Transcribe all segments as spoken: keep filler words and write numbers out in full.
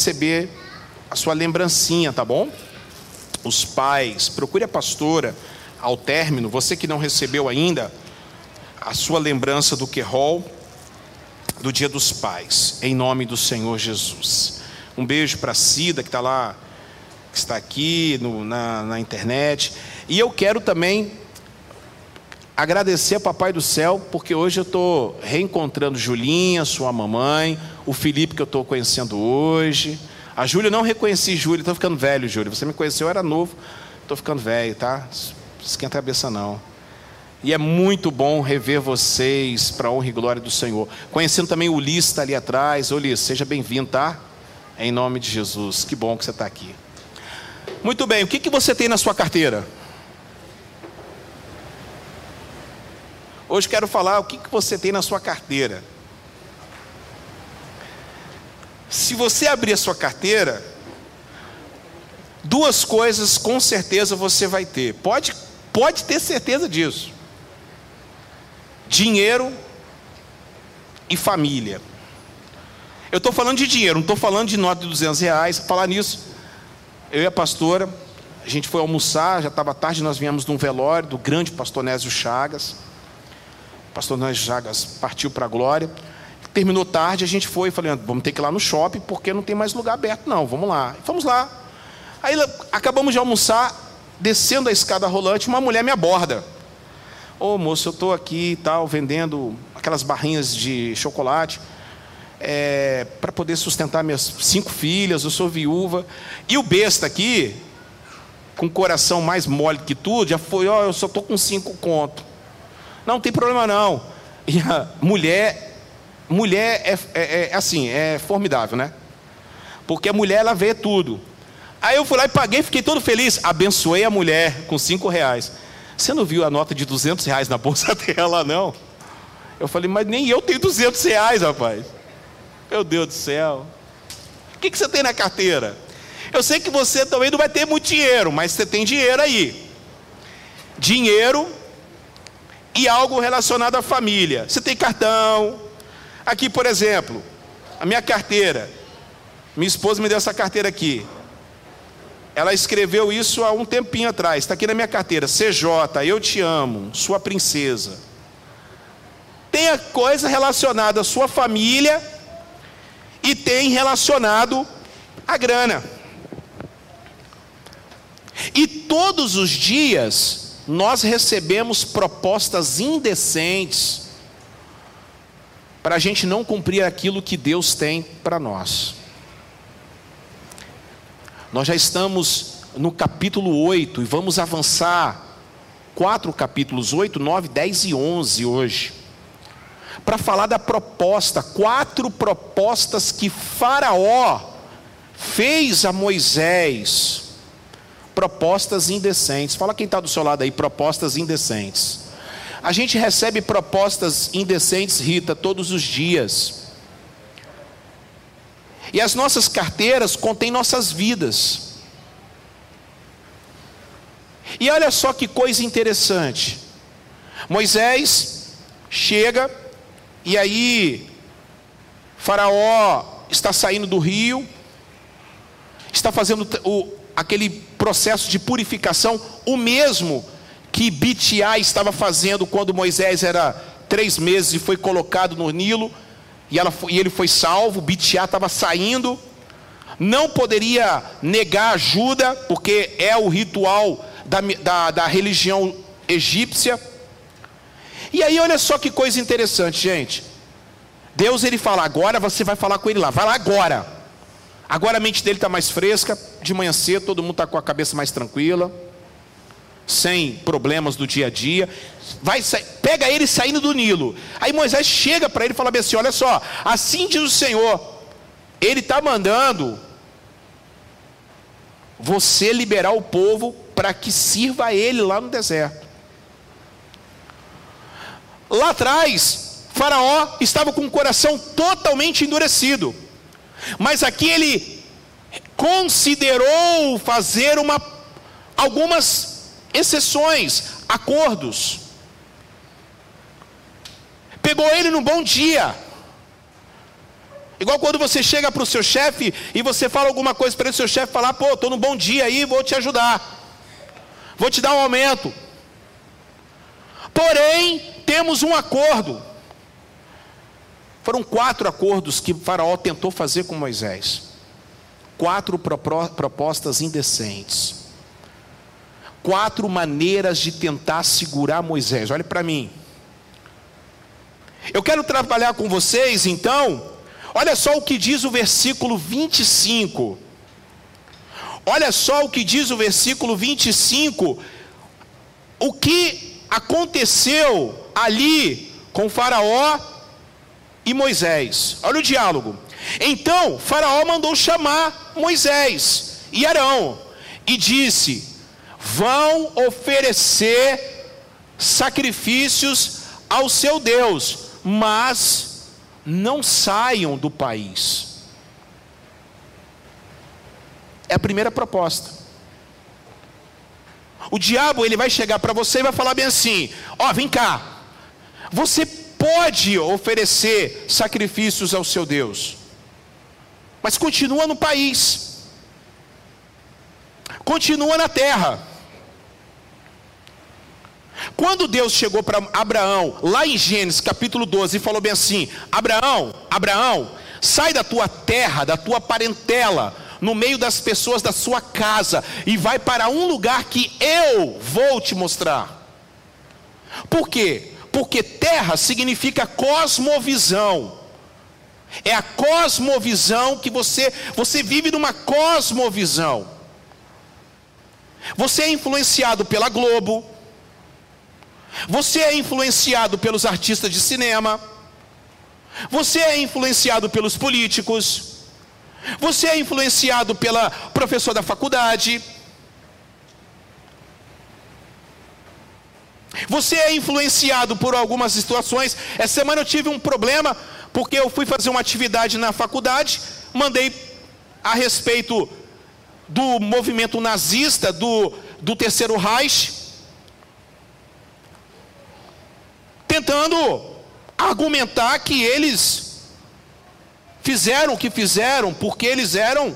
receber a sua lembrancinha, tá bom? Os pais, procure a pastora ao término, você que não recebeu ainda, a sua lembrança do Querol, do Dia dos Pais, em nome do Senhor Jesus. Um beijo para a Cida, que está lá, que está aqui no, na, na internet. E eu quero também agradecer a Papai do Céu, porque hoje eu estou reencontrando Julinha, sua mamãe, o Felipe, que eu estou conhecendo hoje. A Júlia, eu não reconheci Júlia, estou ficando velho, Júlia. Você me conheceu, eu era novo, estou ficando velho, tá? Esquenta a cabeça não. E é muito bom rever vocês, para a honra e glória do Senhor. Conhecendo também o Ulisses, está ali atrás. Ô Ulisses, seja bem-vindo, tá? Em nome de Jesus, que bom que você está aqui. Muito bem, o que, que você tem na sua carteira? Hoje quero falar o que, que você tem na sua carteira. Se você abrir a sua carteira, duas coisas com certeza você vai ter. Pode, pode ter certeza disso. Dinheiro e família. Eu estou falando de dinheiro, não estou falando de nota de duzentos reais. Falar nisso, eu e a pastora, a gente foi almoçar, já estava tarde, nós viemos de um velório do grande pastor Nésio Chagas. O pastor Nésio Chagas partiu para a glória. Terminou tarde, a gente foi e falei, vamos ter que ir lá no shopping, porque não tem mais lugar aberto não, vamos lá. E fomos lá. Aí acabamos de almoçar, descendo a escada rolante, uma mulher me aborda. Ô moço, eu estou aqui e tal, vendendo aquelas barrinhas de chocolate, é, para poder sustentar minhas cinco filhas, eu sou viúva. E o besta aqui, com o coração mais mole que tudo, já foi, ó, eu só estou com cinco conto. Não, não tem problema não. E a mulher, mulher é, é, é assim, é formidável, né? Porque a mulher, ela vê tudo. Aí eu fui lá e paguei, fiquei todo feliz. Abençoei a mulher com cinco reais. Você não viu a nota de duzentos reais na bolsa dela, não? Eu falei, mas nem eu tenho duzentos reais, rapaz. Meu Deus do céu. O que, que você tem na carteira? Eu sei que você também não vai ter muito dinheiro, mas você tem dinheiro aí. Dinheiro e algo relacionado à família. Você tem cartão. Aqui, por exemplo, a minha carteira. Minha esposa me deu essa carteira aqui. Ela escreveu isso há um tempinho atrás. Está aqui na minha carteira. C J, eu te amo, sua princesa. Tem coisa relacionada à sua família e tem relacionado à grana. E todos os dias nós recebemos propostas indecentes para a gente não cumprir aquilo que Deus tem para nós. Nós já estamos no capítulo oito e vamos avançar quatro capítulos, oito, nove, dez e onze hoje, para falar da proposta, quatro propostas que Faraó fez a Moisés, propostas indecentes. Fala quem está do seu lado aí, propostas indecentes. A gente recebe propostas indecentes, Rita, todos os dias. E as nossas carteiras contêm nossas vidas. E olha só que coisa interessante. Moisés chega, e aí Faraó está saindo do rio, está fazendo o, aquele processo de purificação, o mesmo que Bitiá estava fazendo quando Moisés era três meses e foi colocado no Nilo. E, ela, e ele foi salvo. Bitiá estava saindo, não poderia negar ajuda, porque é o ritual da, da, da religião egípcia. E aí olha só que coisa interessante, gente. Deus, ele fala, agora você vai falar com ele lá, vai lá agora. Agora a mente dele está mais fresca, de manhã cedo todo mundo está com a cabeça mais tranquila, sem problemas do dia a dia. Vai, pega ele saindo do Nilo. Aí Moisés chega para ele e fala assim, olha só, assim diz o Senhor, ele está mandando você liberar o povo para que sirva a ele lá no deserto. Lá atrás, Faraó estava com o coração totalmente endurecido, mas aqui ele considerou fazer uma, algumas exceções, acordos. Pegou ele no bom dia Igual quando você chega para o seu chefe e você fala alguma coisa para o seu chefe falar, pô, estou num bom dia aí, vou te ajudar. Vou te dar um aumento. Porém, temos um acordo. Foram quatro acordos que Faraó tentou fazer com Moisés. Quatro propostas indecentes. Quatro maneiras de tentar segurar Moisés. Olhe para mim. Eu quero trabalhar com vocês, então. Olha só o que diz o versículo vinte e cinco. Olha só o que diz o versículo vinte e cinco. O que aconteceu ali com Faraó e Moisés. Olha o diálogo. Então Faraó mandou chamar Moisés e Arão e disse: vão oferecer sacrifícios ao seu Deus, mas não saiam do país. É a primeira proposta. O diabo, ele vai chegar para você e vai falar bem assim: ó, vem cá, você pode oferecer sacrifícios ao seu Deus, mas continua no país, continua na terra. Quando Deus chegou para Abraão, lá em Gênesis capítulo doze, e falou bem assim: Abraão, Abraão, sai da tua terra, da tua parentela, no meio das pessoas da sua casa, e vai para um lugar que eu vou te mostrar. Por quê? Porque terra significa cosmovisão. É a cosmovisão que você, você vive numa cosmovisão. Você é influenciado pela Globo. Você é influenciado pelos artistas de cinema. Você é influenciado pelos políticos. Você é influenciado pela professora da faculdade. Você é influenciado por algumas situações. Essa semana eu tive um problema, porque eu fui fazer uma atividade na faculdade, mandei a respeito do movimento nazista, do, do Terceiro Reich, tentando argumentar que eles fizeram o que fizeram porque eles eram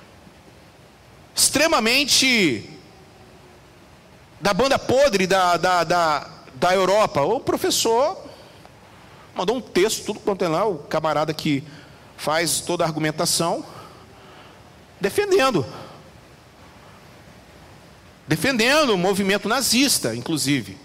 extremamente da banda podre da, da, da, da Europa. O professor mandou um texto, tudo quanto é lá, o camarada que faz toda a argumentação, defendendo. Defendendo o movimento nazista, inclusive.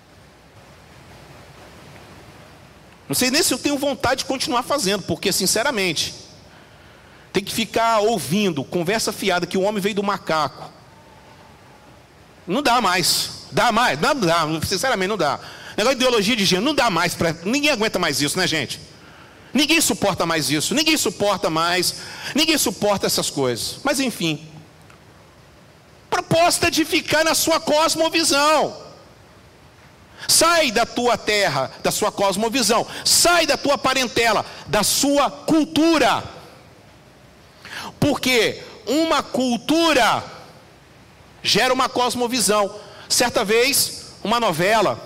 Não sei nem se eu tenho vontade de continuar fazendo, porque, sinceramente, tem que ficar ouvindo conversa fiada que o homem veio do macaco. Não dá mais. Dá mais? Não dá, sinceramente não dá. Negócio de ideologia de gênero, não dá mais. Pra, ninguém aguenta mais isso, né, gente? Ninguém suporta mais isso. Ninguém suporta mais. Ninguém suporta essas coisas. Mas, enfim. Proposta de ficar na sua cosmovisão. Sai da tua terra, da sua cosmovisão. Sai da tua parentela, da sua cultura. Porque uma cultura gera uma cosmovisão. Certa vez, uma novela,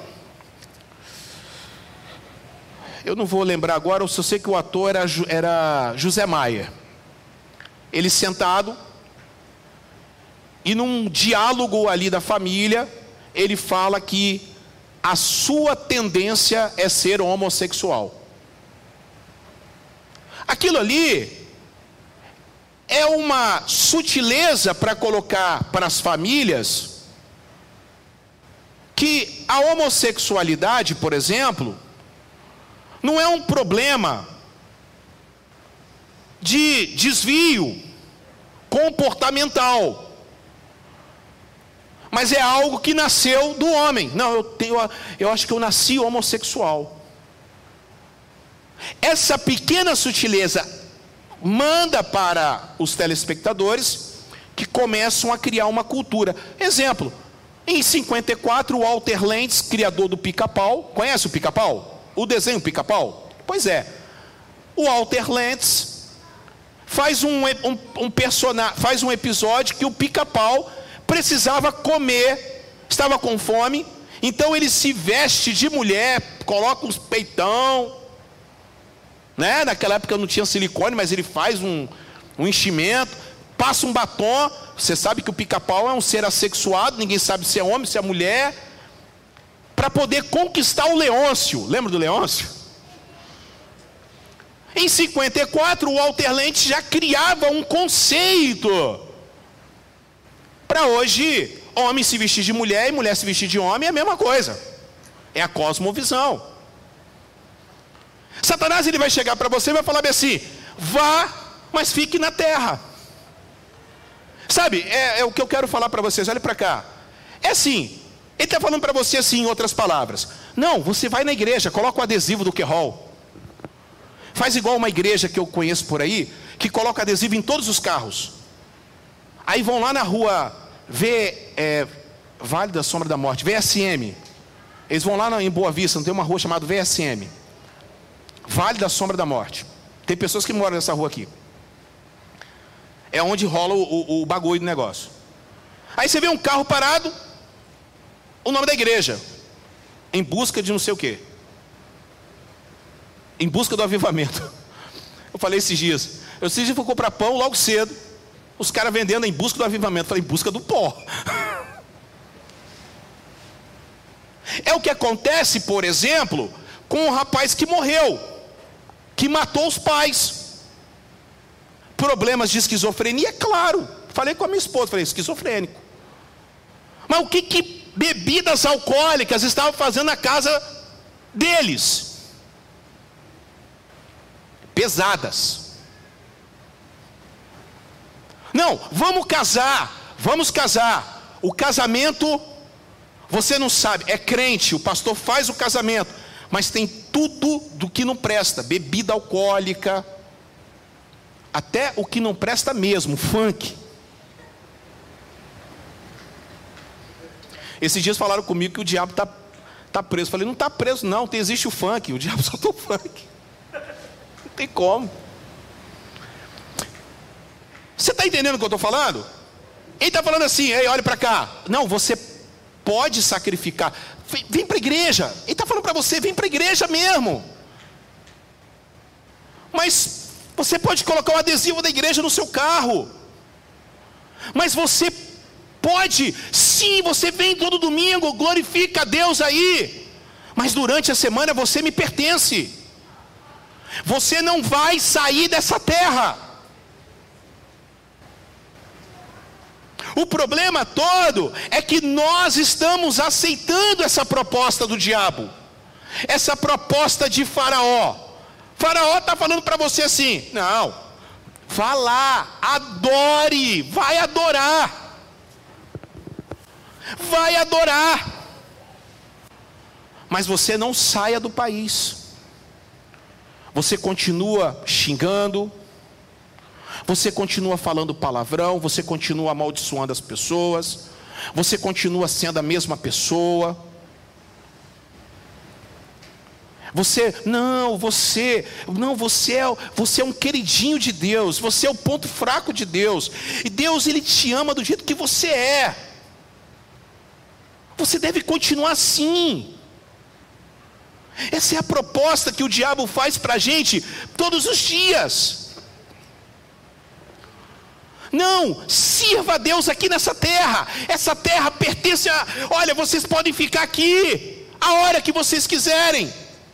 eu não vou lembrar agora, eu só sei que o ator era, era José Maia. Ele sentado, e num diálogo ali da família, ele fala que a sua tendência é ser homossexual. Aquilo ali é uma sutileza para colocar para as famílias que a homossexualidade, por exemplo, não é um problema de desvio comportamental, mas é algo que nasceu do homem. Não, eu, tenho, eu acho que eu nasci homossexual. Essa pequena sutileza manda para os telespectadores que começam a criar uma cultura. Exemplo, em cinquenta e quatro, o Walter Lentz, criador do Pica-Pau, conhece o Pica-Pau? O desenho Pica-Pau? Pois é. O Walter Lentz faz um, um, um, personagem, faz um episódio que o Pica-Pau precisava comer, estava com fome, então ele se veste de mulher, coloca uns peitão, né? Naquela época não tinha silicone, mas ele faz um, um enchimento, passa um batom. Você sabe que o pica-pau é um ser assexuado, ninguém sabe se é homem, se é mulher, para poder conquistar o Leôncio. Lembra do Leôncio? Em cinquenta e quatro, o Walter Lentz já criava um conceito para hoje, homem se vestir de mulher e mulher se vestir de homem é a mesma coisa. É a cosmovisão. Satanás, ele vai chegar para você e vai falar assim: vá, mas fique na terra. Sabe, é, é o que eu quero falar para vocês. Olha para cá. É assim, ele está falando para você assim, em outras palavras: não, você vai na igreja, coloca o adesivo do Querol. Faz igual uma igreja que eu conheço por aí, que coloca adesivo em todos os carros. Aí vão lá na rua V, é, Vale da Sombra da Morte, V S M. Eles vão lá em Boa Vista, não tem uma rua chamada V S M, Vale da Sombra da Morte. Tem pessoas que moram nessa rua aqui. É onde rola o, o, o bagulho do negócio. Aí você vê um carro parado, o nome da igreja: em busca de não sei o quê, em busca do avivamento. Eu falei esses dias, eu esses dias fui comprar pão logo cedo, os caras vendendo em busca do avivamento. Eu falei: em busca do pó. É o que acontece, por exemplo, com o rapaz que morreu, que matou os pais. Problemas de esquizofrenia, claro. Falei com a minha esposa, falei: esquizofrênico. Mas o que que bebidas alcoólicas estavam fazendo na casa deles? Pesadas. Não, vamos casar, vamos casar. O casamento, você não sabe, é crente, o pastor faz o casamento, mas tem tudo do que não presta: bebida alcoólica, até o que não presta mesmo, funk. Esses dias falaram comigo que o diabo está tá preso. Eu falei: não está preso não, tem, existe o funk, o diabo soltou o funk. Não tem como. Você está entendendo o que eu estou falando? Ele está falando assim: ei, olha para cá. Não, você pode sacrificar. Vem, vem para a igreja. Ele está falando para você: vem para a igreja mesmo. Mas você pode colocar o adesivo da igreja no seu carro. Mas você pode, sim, você vem todo domingo, glorifica a Deus aí. Mas durante a semana você me pertence. Você não vai sair dessa terra. O problema todo é que nós estamos aceitando essa proposta do diabo, essa proposta de Faraó. Faraó está falando para você assim: não, vá lá, adore, vai adorar, vai adorar, mas você não saia do país. Você continua xingando, você continua falando palavrão, você continua amaldiçoando as pessoas, você continua sendo a mesma pessoa. Você, não, você, não, você é, você é um queridinho de Deus, você é o ponto fraco de Deus, e Deus, Ele te ama do jeito que você é. Você deve continuar assim. Essa é a proposta que o diabo faz para a gente todos os dias. Não, sirva a Deus aqui nessa terra. Essa terra pertence a... Olha, vocês podem ficar aqui a hora que vocês quiserem.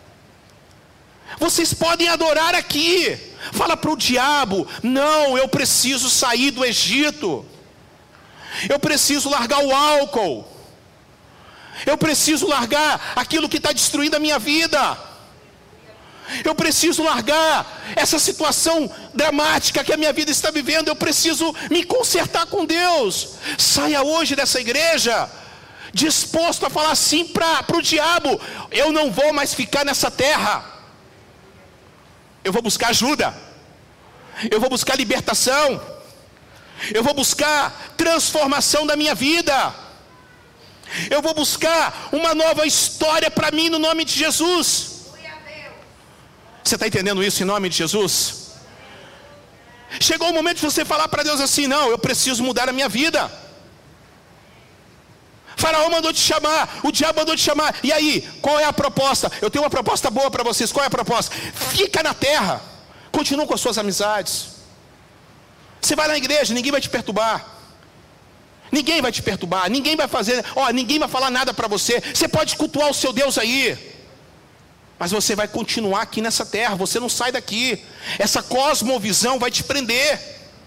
Vocês podem adorar aqui. Fala para o diabo: não, eu preciso sair do Egito. Eu preciso largar o álcool. Eu preciso largar aquilo que está destruindo a minha vida. Eu preciso largar essa situação dramática que a minha vida está vivendo. Eu preciso me consertar com Deus. Saia hoje dessa igreja disposto a falar assim para o diabo: eu não vou mais ficar nessa terra. Eu vou buscar ajuda. Eu vou buscar libertação. Eu vou buscar transformação da minha vida. Eu vou buscar uma nova história para mim no nome de Jesus. Você está entendendo isso em nome de Jesus? Chegou o momento de você falar para Deus assim: não, eu preciso mudar a minha vida. Faraó mandou te chamar, o diabo mandou te chamar. E aí, qual é a proposta? Eu tenho uma proposta boa para vocês. Qual é a proposta? Fica na terra, continua com as suas amizades. Você vai na igreja, ninguém vai te perturbar. Ninguém vai te perturbar, ninguém vai fazer, ó, ninguém vai falar nada para você. Você pode cultuar o seu Deus aí, mas você vai continuar aqui nessa terra, você não sai daqui. Essa cosmovisão vai te prender.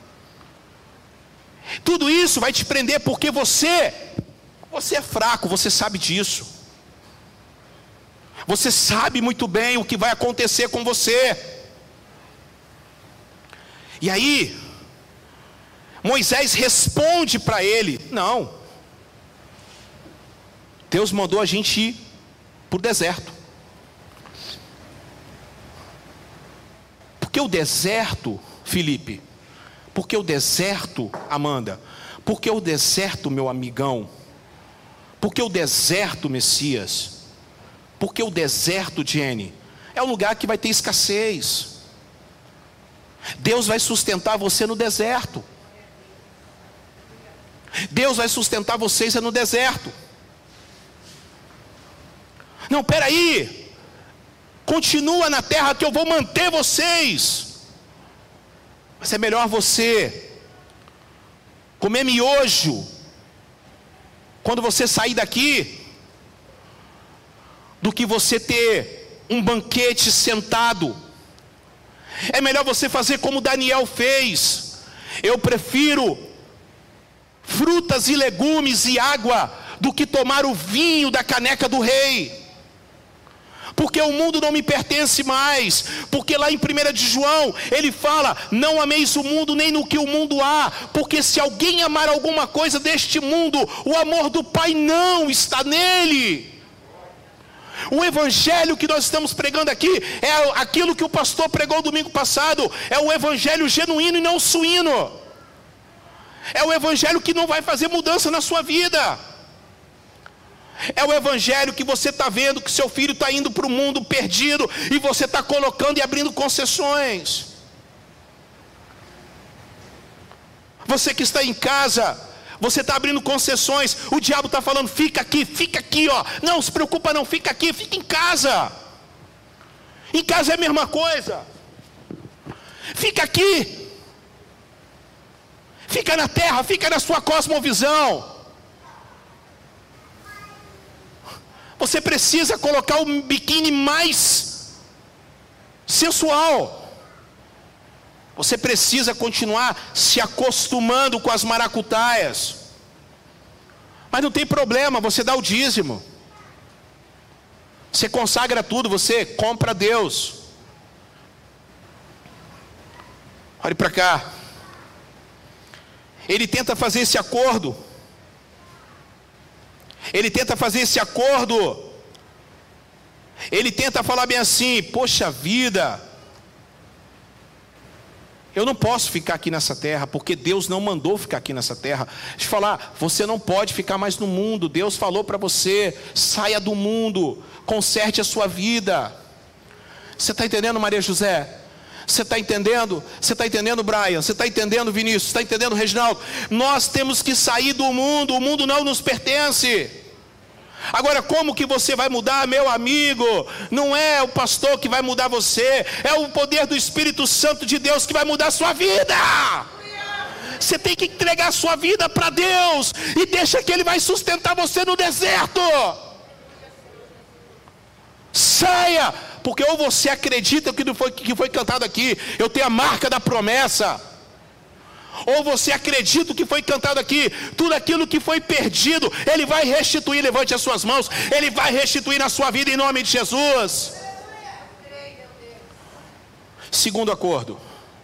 Tudo isso vai te prender porque você, você é fraco, você sabe disso. Você sabe muito bem o que vai acontecer com você. E aí, Moisés responde para ele: não, Deus mandou a gente ir para o deserto. Porque o deserto, Felipe, porque o deserto, Amanda, porque o deserto, meu amigão, porque o deserto, Messias, porque o deserto, Jenny, é um lugar que vai ter escassez. Deus vai sustentar você no deserto. Deus vai sustentar vocês no deserto. Não, peraí, continua na terra que eu vou manter vocês. Mas é melhor você comer miojo quando você sair daqui, do que você ter um banquete sentado. É melhor você fazer como Daniel fez. Eu prefiro frutas e legumes e água do que tomar o vinho da caneca do rei. Porque o mundo não me pertence mais. Porque lá em primeira de João, ele fala: não ameis o mundo nem no que o mundo há. Porque se alguém amar alguma coisa deste mundo, o amor do Pai não está nele. O evangelho que nós estamos pregando aqui é aquilo que o pastor pregou domingo passado. É o evangelho genuíno e não suíno. É o evangelho que não vai fazer mudança na sua vida. É o evangelho que você está vendo que seu filho está indo para o mundo perdido e você está colocando e abrindo concessões. Você que está em casa, você está abrindo concessões. O diabo está falando: fica aqui, fica aqui, ó. Não se preocupa não, fica aqui, fica em casa. Em casa é a mesma coisa. Fica aqui. Fica na terra, fica na sua cosmovisão. Você precisa colocar o biquíni mais sensual. Você precisa continuar se acostumando com as maracutaias. Mas não tem problema, você dá o dízimo. Você consagra tudo, você compra a Deus. Olhe para cá. Ele tenta fazer esse acordo. Ele tenta fazer esse acordo. Ele tenta falar bem assim: poxa vida, eu não posso ficar aqui nessa terra, porque Deus não mandou ficar aqui nessa terra. Deixa eu falar, você não pode ficar mais no mundo. Deus falou para você: saia do mundo, conserte a sua vida. Você está entendendo, Maria José? Você está entendendo? Você está entendendo, Brian? Você está entendendo, Vinícius? Você está entendendo, Reginaldo? Nós temos que sair do mundo. O mundo não nos pertence. Agora, como que você vai mudar, meu amigo? Não é o pastor que vai mudar você, é o poder do Espírito Santo de Deus que vai mudar a sua vida. Você tem que entregar a sua vida para Deus e deixa que Ele vai sustentar você no deserto. Saia, porque ou você acredita que foi, que foi cantado aqui: eu tenho a marca da promessa. Ou você acredita o que foi cantado aqui: tudo aquilo que foi perdido, Ele vai restituir. Levante as suas mãos, Ele vai restituir na sua vida em nome de Jesus. Segundo acordo.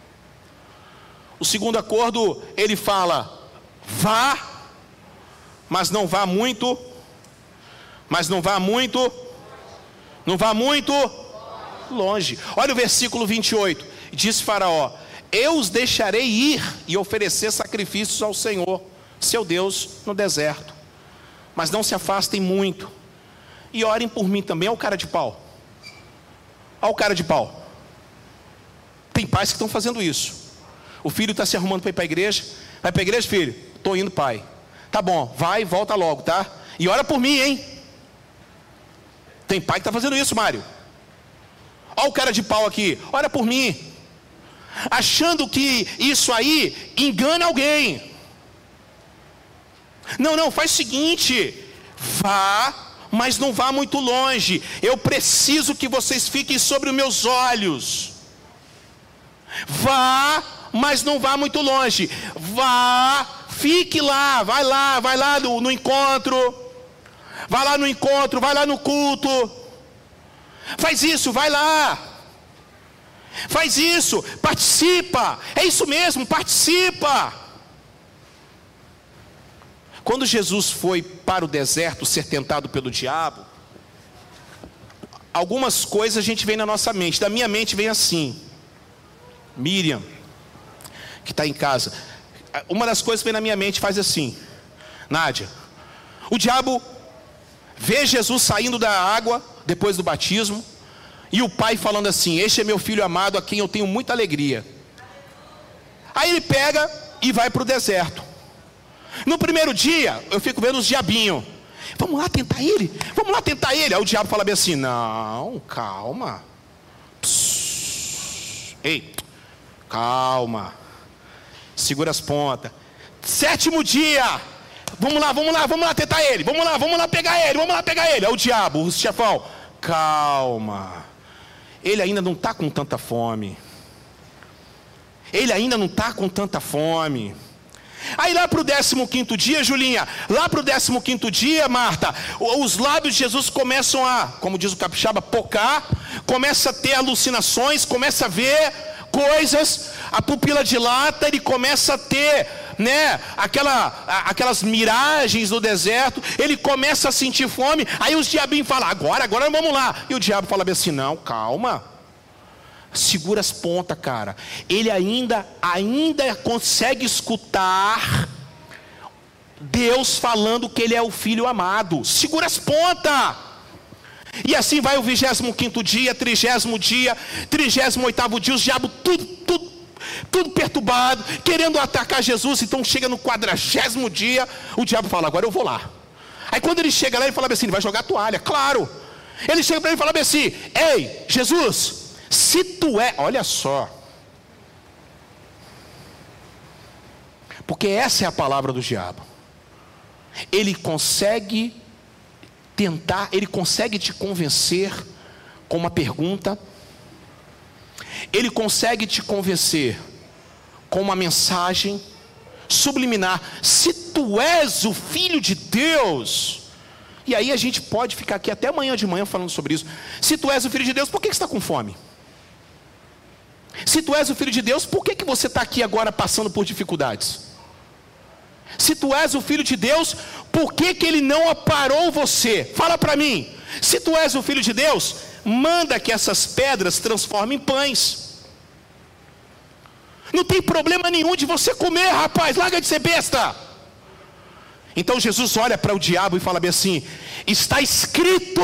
O segundo acordo, ele fala: vá, mas não vá muito. Mas não vá muito. Não vá muito longe. Olha o versículo vinte e oito. Diz Faraó: eu os deixarei ir e oferecer sacrifícios ao Senhor, seu Deus, no deserto. Mas não se afastem muito. E orem por mim também. Olha o cara de pau. Olha o cara de pau. Tem pais que estão fazendo isso. O filho está se arrumando para ir para a igreja. Vai para a igreja, filho? Estou indo, pai. Tá bom, vai e volta logo, tá? E ora por mim, hein? Tem pai que está fazendo isso, Mário. Olha o cara de pau aqui, ora por mim. Achando que isso aí engana alguém. Não, não, faz o seguinte: vá, mas não vá muito longe. Eu preciso que vocês fiquem sobre os meus olhos. Vá, mas não vá muito longe. Vá, fique lá, vai lá, vai lá no, no encontro. Vai lá no encontro, vai lá no culto. Faz isso, vai lá. Faz isso, participa. É isso mesmo, participa. Quando Jesus foi para o deserto ser tentado pelo diabo, algumas coisas a gente vem na nossa mente. Da minha mente vem assim: Miriam, que está em casa, uma das coisas que vem na minha mente faz assim: Nádia, o diabo vê Jesus saindo da água depois do batismo, e o pai falando assim: este é meu filho amado, a quem eu tenho muita alegria. Aí ele pega e vai para o deserto. No primeiro dia, eu fico vendo os diabinhos: vamos lá tentar ele, vamos lá tentar ele. Aí o diabo fala bem assim: não, calma. Psss, ei, calma, segura as pontas. Sétimo dia, vamos lá, vamos lá, vamos lá tentar ele, vamos lá, vamos lá pegar ele, vamos lá pegar ele. Aí o diabo, o chefão: calma, ele ainda não está com tanta fome. Ele ainda não está com tanta fome. Aí lá para o décimo quinto dia, Julinha, lá para o décimo quinto dia, Marta, os lábios de Jesus começam a, como diz o capixaba, pocar, começa a ter alucinações, começa a ver coisas, a pupila dilata, ele começa a ter, né, aquela, aquelas miragens do deserto, ele começa a sentir fome. Aí os diabinhos falam: agora, agora vamos lá. E o diabo fala bem assim: não, calma, segura as pontas, cara. Ele ainda, ainda consegue escutar Deus falando que ele é o filho amado. Segura as pontas. E assim vai o vigésimo quinto dia, trigésimo dia, trigésimo oitavo dia, os diabos tudo, tudo, tudo perturbado, querendo atacar Jesus. Então chega no quadragésimo dia, o diabo fala: agora eu vou lá. Aí quando ele chega lá, ele fala assim: ele vai jogar a toalha, claro. Ele chega para ele e fala assim: ei, Jesus, se tu é, olha só, porque essa é a palavra do diabo. Ele consegue tentar, ele consegue te convencer com uma pergunta, ele consegue te convencer com uma mensagem subliminar: se tu és o filho de Deus. E aí a gente pode ficar aqui até amanhã de manhã falando sobre isso. Se tu és o filho de Deus, por que você está com fome? Se tu és o filho de Deus, por que, que você está aqui agora passando por dificuldades? Se tu és o filho de Deus, por que, que ele não aparou você? Fala para mim. Se tu és o filho de Deus, manda que essas pedras transformem em pães. Não tem problema nenhum de você comer, rapaz, larga de ser besta. Então Jesus olha para o diabo e fala bem assim: está escrito,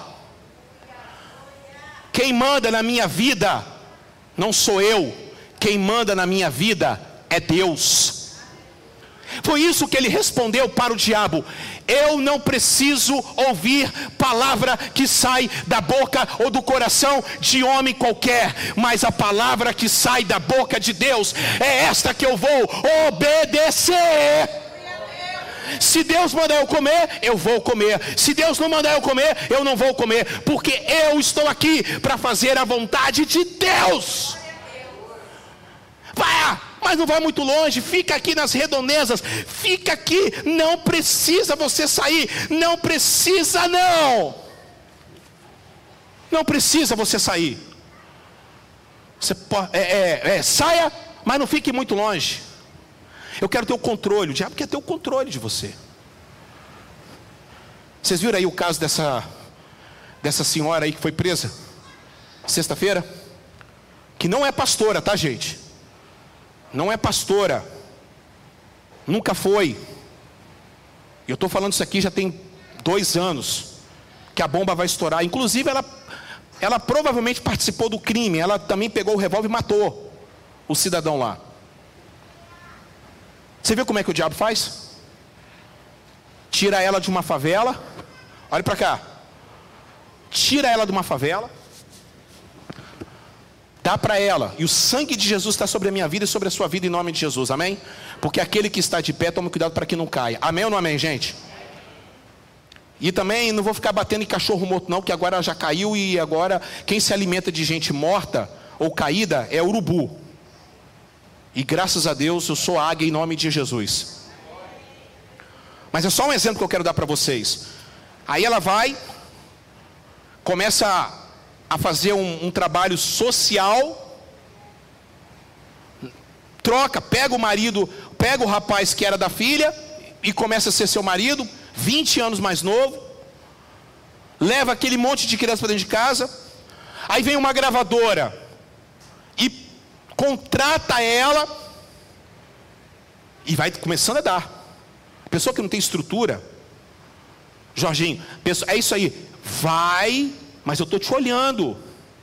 quem manda na minha vida não sou eu, quem manda na minha vida é Deus. Foi isso que ele respondeu para o diabo: eu não preciso ouvir palavra que sai da boca ou do coração de homem qualquer, mas a palavra que sai da boca de Deus é esta que eu vou obedecer. Se Deus mandar eu comer, eu vou comer. Se Deus não mandar eu comer, eu não vou comer, porque eu estou aqui para fazer a vontade de Deus. Vai, mas não vai muito longe, fica aqui nas redondezas, fica aqui, não precisa você sair, não precisa não, não precisa você sair. Você pode, é, é, é, saia, mas não fique muito longe. Eu quero ter o controle. O diabo quer ter o controle de você. Vocês viram aí o caso dessa dessa senhora aí que foi presa sexta-feira? Que não é pastora, tá, gente? Não é pastora. Nunca foi. Eu estou falando isso aqui já tem dois anos que a bomba vai estourar. Inclusive ela, ela provavelmente participou do crime. Ela também pegou o revólver e matou o cidadão lá. Você viu como é que o diabo faz? tira ela de uma favela. Olha para cá. Tira ela de uma favela. Dá para ela. E o sangue de Jesus está sobre a minha vida e sobre a sua vida em nome de Jesus. Amém? Porque aquele que está de pé, toma cuidado para que não caia. Amém ou não amém, gente? E também não vou ficar batendo em cachorro morto não, que agora já caiu e agora quem se alimenta de gente morta ou caída é urubu. E graças a Deus eu sou águia em nome de Jesus. Mas é só um exemplo que eu quero dar para vocês. Aí ela vai, começa a, a fazer um, um trabalho social, troca, pega o marido, pega o rapaz que era da filha e começa a ser seu marido, vinte anos mais novo, leva aquele monte de criança para dentro de casa. Aí vem uma gravadora e contrata ela e vai começando a dar. Pessoa que não tem estrutura, Jorginho, pessoa, é isso aí, vai, mas eu estou te olhando.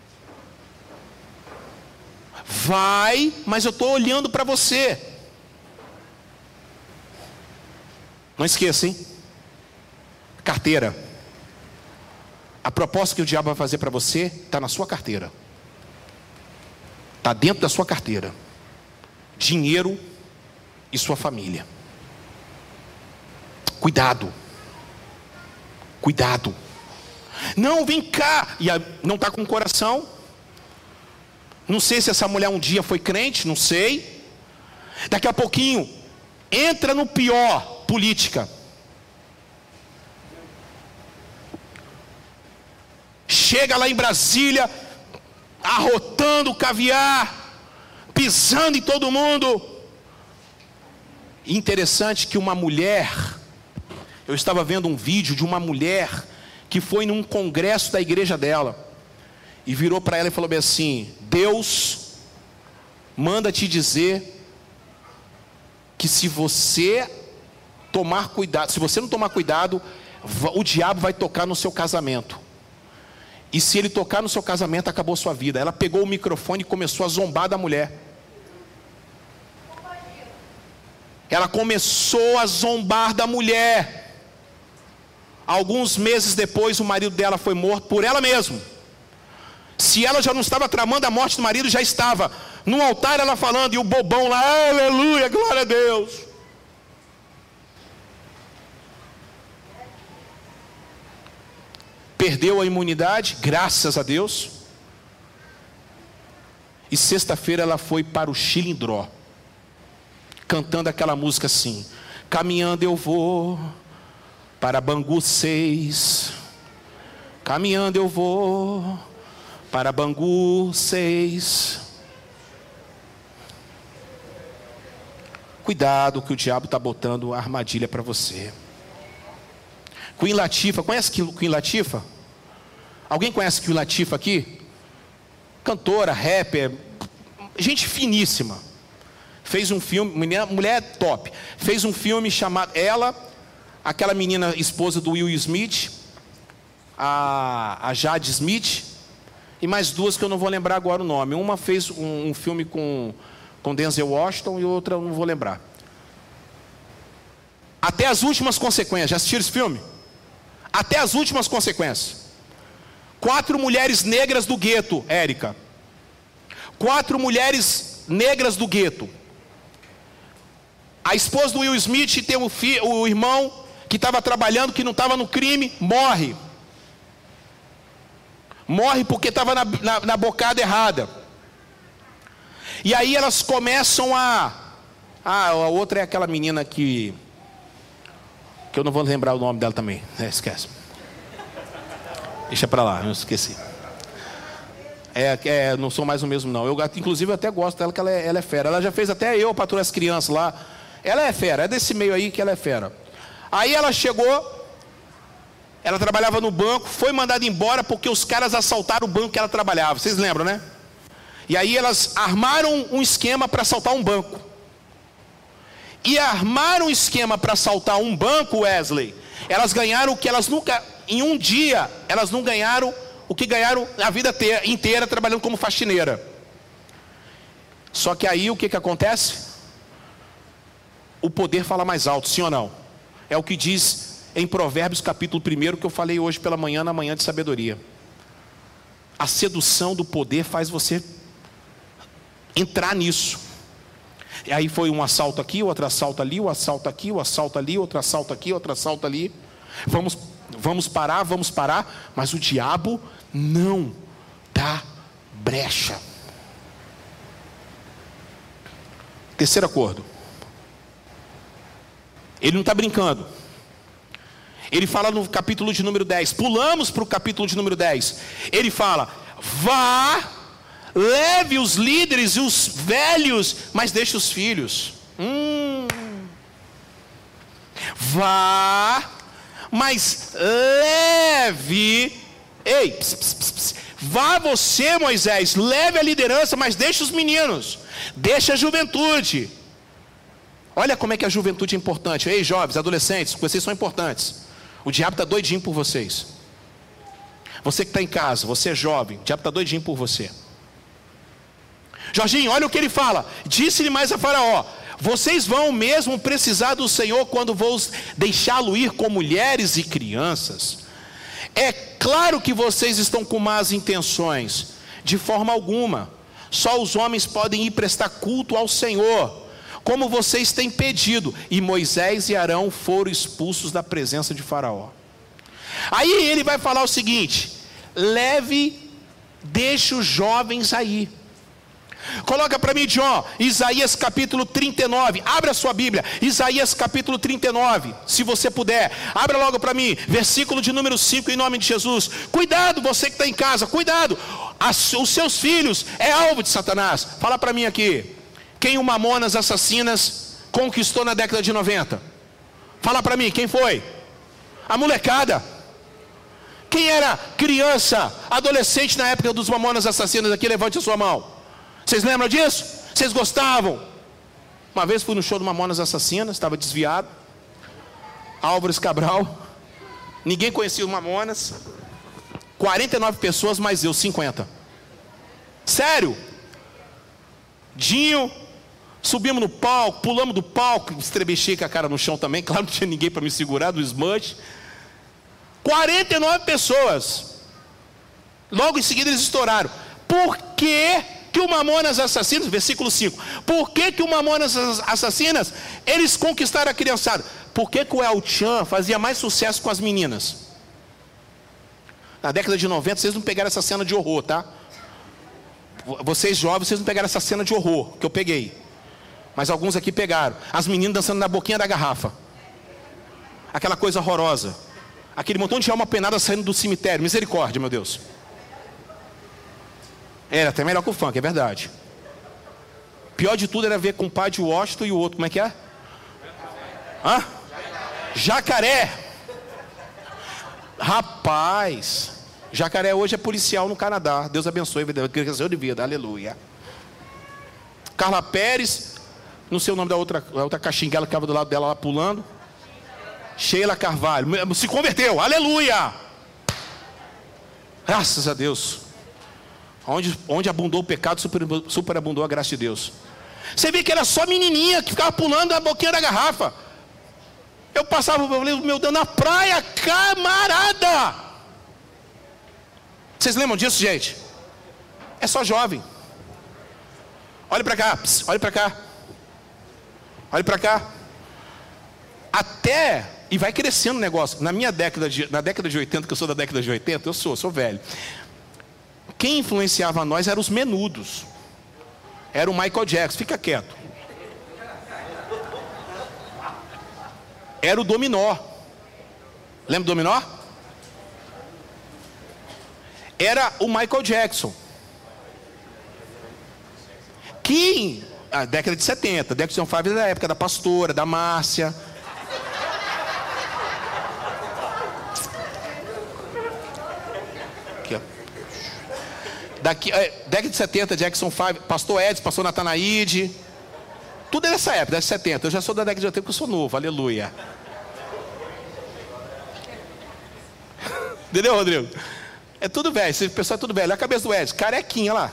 Vai, mas eu estou olhando para você. Não esqueça, hein? Carteira. A proposta que o diabo vai fazer para você está na sua carteira. Está dentro da sua carteira. Dinheiro e sua família. Cuidado. Cuidado. Não, vem cá. E a, não está com o coração. Não sei se essa mulher um dia foi crente, não sei. Daqui a pouquinho, entra no pior, política. Chega lá em Brasília, arrotando caviar, pisando em todo mundo. Interessante que uma mulher, eu estava vendo um vídeo de uma mulher que foi num congresso da igreja dela e virou para ela e falou bem assim: Deus manda te dizer que se você tomar cuidado, se você não tomar cuidado, o diabo vai tocar no seu casamento. E se ele tocar no seu casamento, acabou sua vida. Ela pegou o microfone e começou a zombar da mulher. Ela começou a zombar da mulher. Alguns meses depois, o marido dela foi morto por ela mesma. Se ela já não estava tramando a morte do marido, já estava no altar ela falando, e o bobão lá, aleluia, glória a Deus. Perdeu a imunidade, graças a Deus. E sexta-feira ela foi para o Chilindró, cantando aquela música assim: caminhando eu vou para Bangu seis, caminhando eu vou para Bangu seis. Cuidado que o diabo está botando armadilha para você. Queen Latifah, conhece Queen Latifah? Alguém conhece Queen Latifah aqui? Cantora, rapper, gente finíssima. Fez um filme, mulher, mulher top. Fez um filme chamado, ela, aquela menina esposa do Will Smith, a, a Jade Smith, e mais duas que eu não vou lembrar agora o nome. Uma fez um, um filme com, com Denzel Washington e outra eu não vou lembrar. Até as últimas consequências. Já assistiram esse filme? Até as últimas consequências. Quatro mulheres negras do gueto, Érica. Quatro mulheres negras do gueto. A esposa do Will Smith tem o, fi, o irmão que estava trabalhando, que não estava no crime, morre. Morre porque estava na, na, na bocada errada. E aí elas começam a... Ah, a outra é aquela menina que... que eu não vou lembrar o nome dela também. É, esquece. Deixa pra lá, eu esqueci. É, é, não sou mais o mesmo não. Eu, inclusive, eu até gosto dela, que ela é, ela é fera. Ela já fez até Eu, Patrulha as Crianças lá. Ela é fera, é desse meio aí que ela é fera. Aí ela chegou, ela trabalhava no banco, foi mandada embora porque os caras assaltaram o banco que ela trabalhava. Vocês lembram, né? E aí elas armaram um esquema para assaltar um banco. E armaram um esquema para assaltar um banco, Wesley. Elas ganharam o que elas nunca, em um dia, elas não ganharam o que ganharam a vida inteira trabalhando como faxineira. Só que aí o que, que acontece? O poder fala mais alto, sim ou não? É o que diz em Provérbios capítulo um, que eu falei hoje pela manhã, na manhã de sabedoria. A sedução do poder faz você entrar nisso. E aí foi um assalto aqui, outro assalto ali, um assalto aqui, um assalto ali, outro assalto aqui, outro assalto ali. Vamos, vamos parar, vamos parar. Mas o diabo não dá brecha. Terceiro acordo. Ele não está brincando. Ele fala no capítulo de número dez. Pulamos para o capítulo de número dez. Ele fala: vá, leve os líderes e os velhos, mas deixe os filhos. Hum. Vá, mas leve. Ei, ps, ps, ps, ps. Vá você, Moisés, leve a liderança, mas deixe os meninos. Deixe a juventude. Olha como é que a juventude é importante. Ei, jovens, adolescentes, vocês são importantes. O diabo está doidinho por vocês. Você que está em casa, você é jovem, o diabo está doidinho por você. Jorginho, olha o que ele fala. Disse-lhe mais a Faraó: vocês vão mesmo precisar do Senhor quando vou deixá-lo ir com mulheres e crianças. É claro que vocês estão com más intenções. De forma alguma. Só os homens podem ir prestar culto ao Senhor, como vocês têm pedido. E Moisés e Arão foram expulsos da presença de Faraó. Aí ele vai falar o seguinte: leve, deixe os jovens aí. Coloca para mim, John, Isaías capítulo trinta e nove. Abra a sua Bíblia, Isaías capítulo trinta e nove, se você puder. Abra logo para mim, versículo de número cinco, em nome de Jesus. Cuidado, você que está em casa, cuidado. As, os seus filhos é alvo de Satanás. Fala para mim aqui: quem o Mamonas Assassinas conquistou na década de noventa? Fala para mim, quem foi? A molecada. Quem era criança, adolescente na época dos Mamonas Assassinas aqui? Levante a sua mão. Vocês lembram disso? Vocês gostavam? Uma vez fui no show do Mamonas Assassinas, estava desviado. Álvares Cabral. Ninguém conhecia o Mamonas. quarenta e nove pessoas, mais eu, cinquenta. Sério? Dinho. Subimos no palco, pulamos do palco, estrebechei com a cara no chão também. Claro, não tinha ninguém para me segurar do Smush. quarenta e nove pessoas. Logo em seguida eles estouraram. Por que que o Mamonas Assassinas, versículo cinco, por que que o Mamonas Assassinas, eles conquistaram a criançada? Por que que o El Chan fazia mais sucesso com as meninas? Na década de noventa, vocês não pegaram essa cena de horror, tá? Vocês jovens, vocês não pegaram essa cena de horror que eu peguei. Mas alguns aqui pegaram. As meninas dançando na boquinha da garrafa. Aquela coisa horrorosa. Aquele montão de alma penada saindo do cemitério. Misericórdia, meu Deus. Era até melhor que o funk, é verdade. Pior de tudo era ver com o pai de Washington e o outro, como é que é? Hã? Jacaré. Rapaz, Jacaré hoje é policial no Canadá. Deus abençoe, cresceu de vida, aleluia. Carla Pérez, não sei o nome da outra, da outra caxinguela que estava do lado dela lá pulando. Sheila Carvalho, se converteu, aleluia. Graças a Deus. Onde, onde abundou o pecado, super, superabundou a graça de Deus. Você vê que era só menininha que ficava pulando na boquinha da garrafa. Eu passava, meu Deus, na praia, camarada. Vocês lembram disso, gente? É só jovem. Olhe para cá, pss, olhe para cá. Olhe para cá. Até, e vai crescendo o negócio. Na minha década de, na década de oitenta, que eu sou da década de oitenta, eu sou, sou velho. Quem influenciava nós eram os menudos. Era o Michael Jackson, fica quieto. Era o Dominó. Lembra do Dominó? Era o Michael Jackson. Que, a década de setenta, Jackson Five era da época da Pastora, da Márcia. Aqui, ó. Daqui, é, década de setenta, Jackson Five, Pastor Edson, Pastor Natanaide. Tudo é dessa época, década de setenta. Eu já sou da década de oitenta porque eu sou novo, aleluia. Entendeu, Rodrigo? É tudo velho, esse pessoal é tudo velho. Olha a cabeça do Edson, carequinha lá.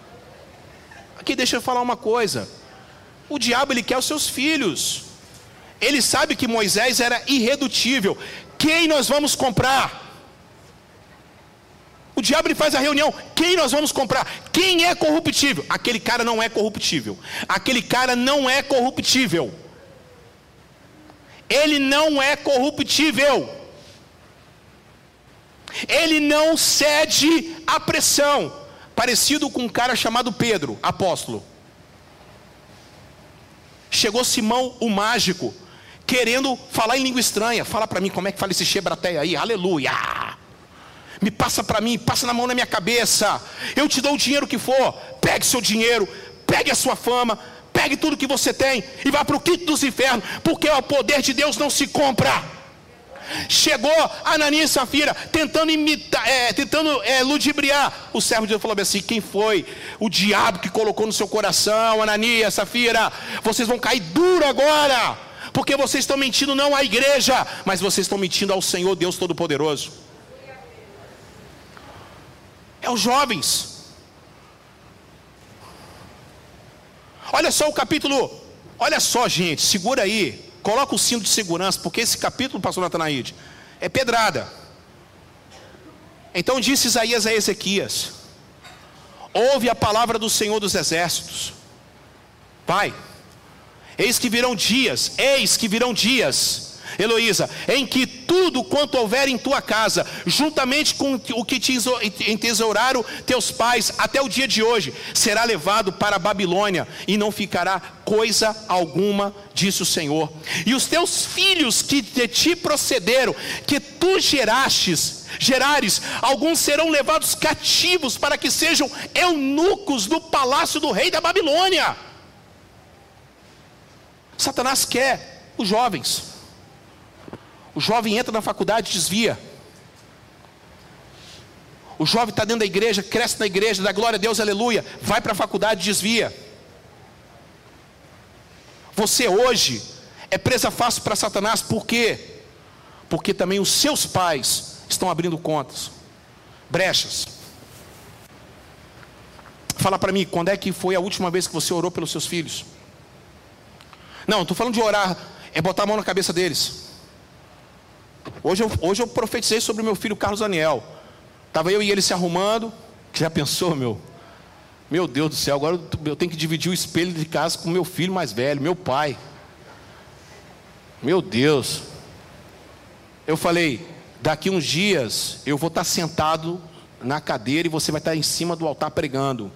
Aqui deixa eu falar uma coisa. O diabo, ele quer os seus filhos. Ele sabe que Moisés era irredutível. Quem nós vamos comprar? O diabo ele faz a reunião. Quem nós vamos comprar? Quem é corruptível? Aquele cara não é corruptível. Aquele cara não é corruptível. Ele não é corruptível. Ele não cede à pressão. Parecido com um cara chamado Pedro, apóstolo. Chegou Simão, o mágico, querendo falar em língua estranha. Fala para mim como é que fala esse Shebrateia aí, aleluia. Me passa para mim, passa na mão na minha cabeça. Eu te dou o dinheiro que for. Pegue seu dinheiro, pegue a sua fama, pegue tudo que você tem e vá para o quinto dos infernos, porque o poder de Deus não se compra. Chegou Ananias e Safira tentando imitar, é, tentando é, ludibriar. O servo de Deus falou assim: quem foi? O diabo que colocou no seu coração, Ananias, Safira. Vocês vão cair duro agora, porque vocês estão mentindo não à igreja, mas vocês estão mentindo ao Senhor Deus Todo-Poderoso. É os jovens. Olha só o capítulo. Olha só, gente, segura aí. Coloca o cinto de segurança, porque esse capítulo, pastor Natanaide, é pedrada. Então disse Isaías a Ezequias: ouve a palavra do Senhor dos Exércitos. Pai, eis que virão dias, eis que virão dias, Heloísa, em que tudo quanto houver em tua casa, juntamente com o que te entesouraram teus pais até o dia de hoje, será levado para a Babilônia, e não ficará coisa alguma, disse o Senhor. E os teus filhos que de ti procederam, que tu gerastes, gerares, alguns serão levados cativos, para que sejam eunucos do palácio do rei da Babilônia. Satanás quer os jovens. O jovem entra na faculdade e desvia. O jovem está dentro da igreja, cresce na igreja, dá glória a Deus, aleluia. Vai para a faculdade e desvia. Você hoje é presa fácil para Satanás. Por quê? Porque também os seus pais estão abrindo contas, brechas. Fala para mim, quando é que foi a última vez que você orou pelos seus filhos? Não, não estou falando de orar, é botar a mão na cabeça deles. Hoje eu, hoje eu profetizei sobre o meu filho Carlos Daniel. Estava eu e ele se arrumando. Já pensou, meu? Meu Deus do céu, agora eu tenho que dividir o espelho de casa com meu filho mais velho, meu pai. Meu Deus. Eu falei, daqui uns dias eu vou estar sentado na cadeira e você vai estar em cima do altar pregando.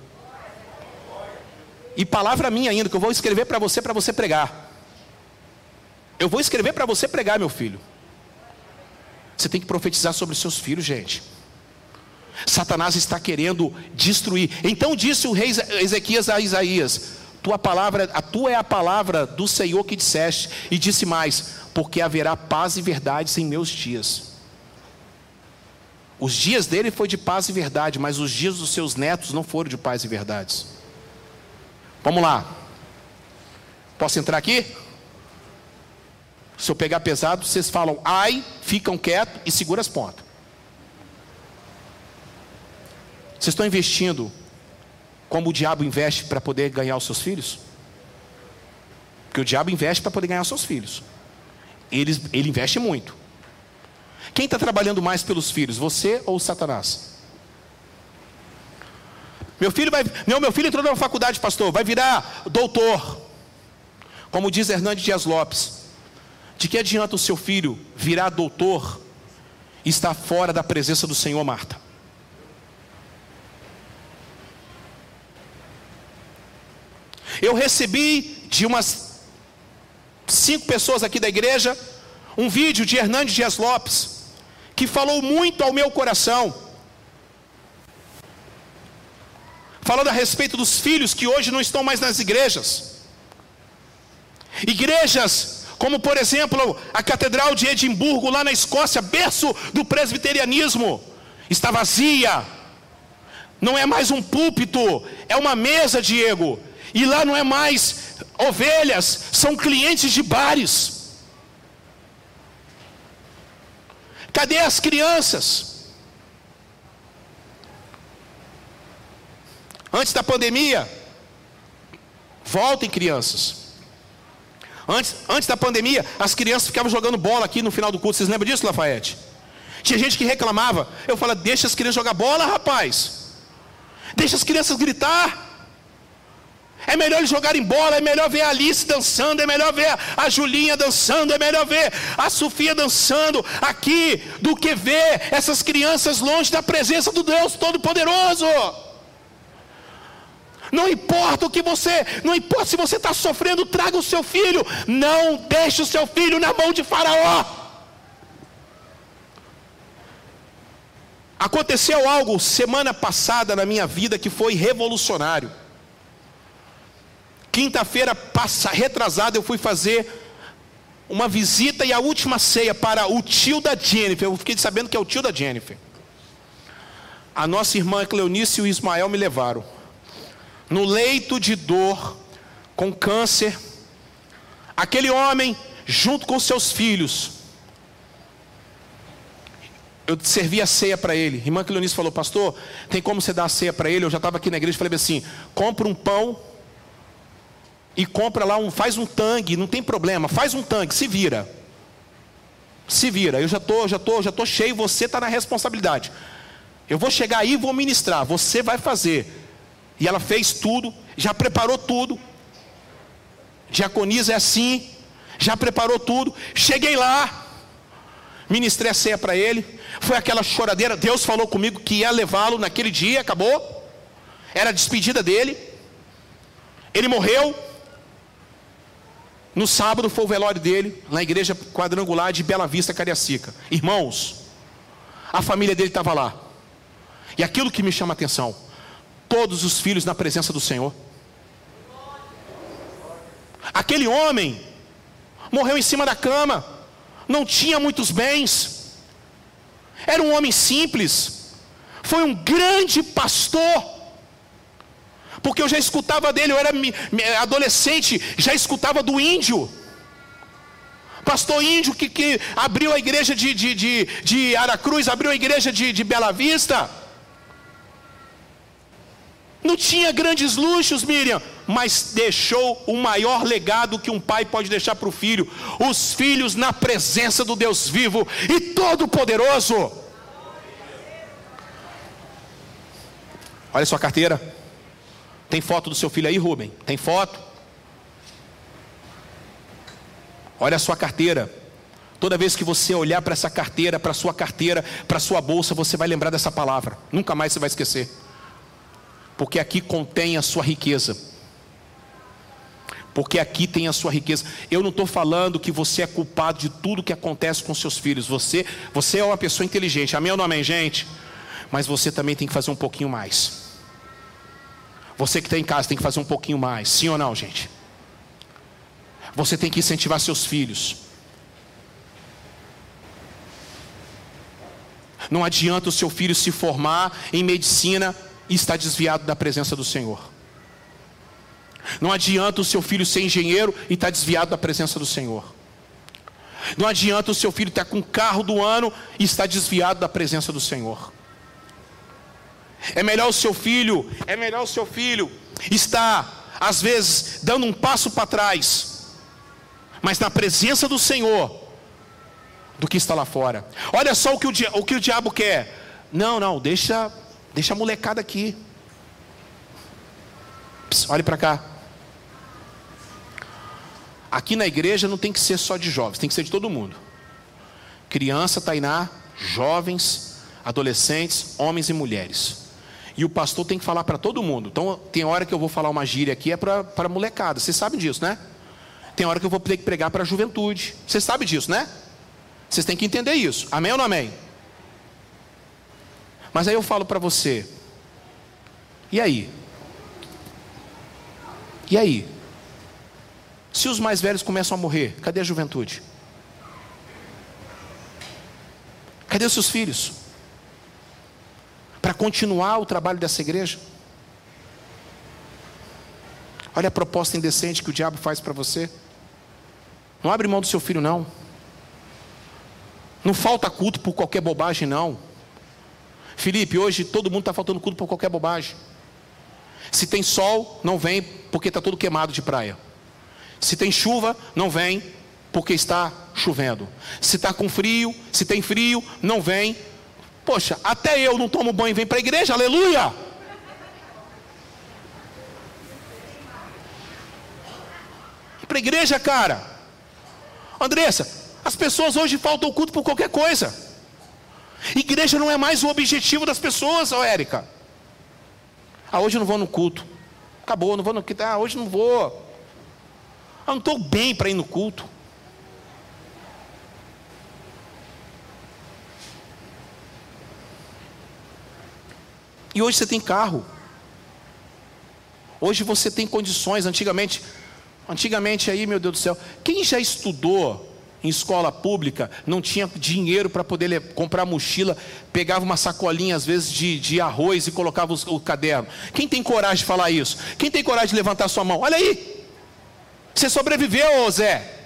E palavra minha ainda, que eu vou escrever para você, para você pregar. Eu vou escrever para você pregar, meu filho. Você tem que profetizar sobre os seus filhos, gente. Satanás está querendo destruir. Então disse o rei Ezequias a Isaías: tua palavra, a tua é a palavra do Senhor que disseste. E disse mais: porque haverá paz e verdades em meus dias. Os dias dele foi de paz e verdade, mas os dias dos seus netos não foram de paz e verdades. Vamos lá. Posso entrar aqui? Se eu pegar pesado, vocês falam ai, ficam quietos e seguram as pontas. Vocês estão investindo como o diabo investe para poder ganhar os seus filhos? Porque o diabo investe para poder ganhar os seus filhos. Ele, ele investe muito. Quem está trabalhando mais pelos filhos, você ou Satanás? Meu filho vai, não, meu filho entrou na faculdade, pastor, vai virar doutor. Como diz Hernandes Dias Lopes, de que adianta o seu filho virar doutor e estar fora da presença do Senhor, Marta? Eu recebi de umas cinco pessoas aqui da igreja um vídeo de Hernandes Dias Lopes, que falou muito ao meu coração, falando a respeito dos filhos que hoje não estão mais nas igrejas. Igrejas como, por exemplo, a Catedral de Edimburgo, lá na Escócia, berço do presbiterianismo, está vazia. Não é mais um púlpito, é uma mesa, Diego. E lá não é mais ovelhas, são clientes de bares. Cadê as crianças? Antes da pandemia, voltem crianças. Antes, antes da pandemia, as crianças ficavam jogando bola aqui no final do culto. Vocês lembram disso, Lafayette? Tinha gente que reclamava. Eu falava, deixa as crianças jogar bola, rapaz. Deixa as crianças gritar. É melhor eles jogarem bola, é melhor ver a Alice dançando, é melhor ver a Julinha dançando, é melhor ver a Sofia dançando aqui, do que ver essas crianças longe da presença do Deus Todo-Poderoso. Não importa o que você, não importa se você está sofrendo, traga o seu filho. Não deixe o seu filho na mão de Faraó. Aconteceu algo semana passada na minha vida que foi revolucionário. Quinta-feira passa, retrasada, eu fui fazer uma visita e a última ceia para o tio da Jennifer. Eu fiquei sabendo que é o tio da Jennifer. A nossa irmã Cleonice e o Ismael me levaram. No leito de dor, com câncer, aquele homem, junto com seus filhos, eu servi a ceia para ele. Irmã Cleonice falou, pastor, tem como você dar a ceia para ele? Eu já estava aqui na igreja e falei assim, compra um pão e compra lá um, faz um tangue, não tem problema, faz um tangue, se vira. Se vira, eu já estou, já estou, já estou cheio, você está na responsabilidade. Eu vou chegar aí e vou ministrar, você vai fazer. E ela fez tudo, já preparou tudo. Diaconisa é assim, já preparou tudo. Cheguei lá, ministrei a ceia para ele. Foi aquela choradeira, Deus falou comigo que ia levá-lo naquele dia, acabou. Era a despedida dele. Ele morreu. No sábado foi o velório dele, na igreja quadrangular de Bela Vista, Cariacica. Irmãos, a família dele estava lá. E aquilo que me chama a atenção, todos os filhos na presença do Senhor. Aquele homem morreu em cima da cama, não tinha muitos bens, era um homem simples, foi um grande pastor. Porque eu já escutava dele, eu era adolescente, já escutava do índio. Pastor índio que, que abriu a igreja de, de, de, de Aracruz, abriu a igreja de, de Bela Vista. Não tinha grandes luxos, Miriam, mas deixou o maior legado que um pai pode deixar para o filho. Os filhos na presença do Deus vivo e todo-poderoso. Olha sua carteira. Tem foto do seu filho aí, Rubem? Tem foto? Olha a sua carteira. Toda vez que você olhar para essa carteira, para a sua carteira, para a sua bolsa, você vai lembrar dessa palavra. Nunca mais você vai esquecer. Porque aqui contém a sua riqueza. Porque aqui tem a sua riqueza. Eu não estou falando que você é culpado de tudo que acontece com seus filhos. Você, você é uma pessoa inteligente. Amém ou não amém, gente? Mas você também tem que fazer um pouquinho mais. Você que está em casa tem que fazer um pouquinho mais. Sim ou não, gente? Você tem que incentivar seus filhos. Não adianta o seu filho se formar em medicina e estar desviado da presença do Senhor. Não adianta o seu filho ser engenheiro e estar desviado da presença do Senhor. Não adianta o seu filho estar com o carro do ano e estar desviado da presença do Senhor. É melhor o seu filho, é melhor o seu filho estar, às vezes, dando um passo para trás, mas na presença do Senhor, do que está lá fora. Olha só o que o, o, que o diabo quer. Não, não, deixa, deixa a molecada aqui. Pss, olhe para cá. Aqui na igreja não tem que ser só de jovens, tem que ser de todo mundo. Criança, Tainá, jovens, adolescentes, homens e mulheres. E o pastor tem que falar para todo mundo. Então tem hora que eu vou falar uma gíria aqui, é para molecada. Vocês sabem disso, né? Tem hora que eu vou ter que pregar para a juventude. Vocês sabem disso, né? Vocês têm que entender isso. Amém ou não amém? Mas aí eu falo para você. E aí? E aí? Se os mais velhos começam a morrer, cadê a juventude? Cadê os seus filhos? Para continuar o trabalho dessa igreja? Olha a proposta indecente que o diabo faz para você. Não abre mão do seu filho, não. Não falta culto por qualquer bobagem, não. Felipe, hoje todo mundo está faltando culto por qualquer bobagem. Se tem sol, não vem porque está todo queimado de praia. Se tem chuva, não vem, porque está chovendo. Se está com frio, se tem frio, não vem. Poxa, até eu não tomo banho e venho para a igreja, aleluia! E para a igreja, cara. Andressa, as pessoas hoje faltam o culto por qualquer coisa. Igreja não é mais o objetivo das pessoas, ó Érica. Ah, hoje eu não vou no culto. Acabou, não vou no culto. Ah, hoje não vou. Ah, não estou bem para ir no culto. E hoje você tem carro. Hoje você tem condições. Antigamente, antigamente aí, meu Deus do céu, quem já estudou em escola pública, não tinha dinheiro para poder comprar mochila, pegava uma sacolinha às vezes de, de arroz e colocava os, o caderno. Quem tem coragem de falar isso? Quem tem coragem de levantar sua mão? Olha aí, você sobreviveu, ô Zé.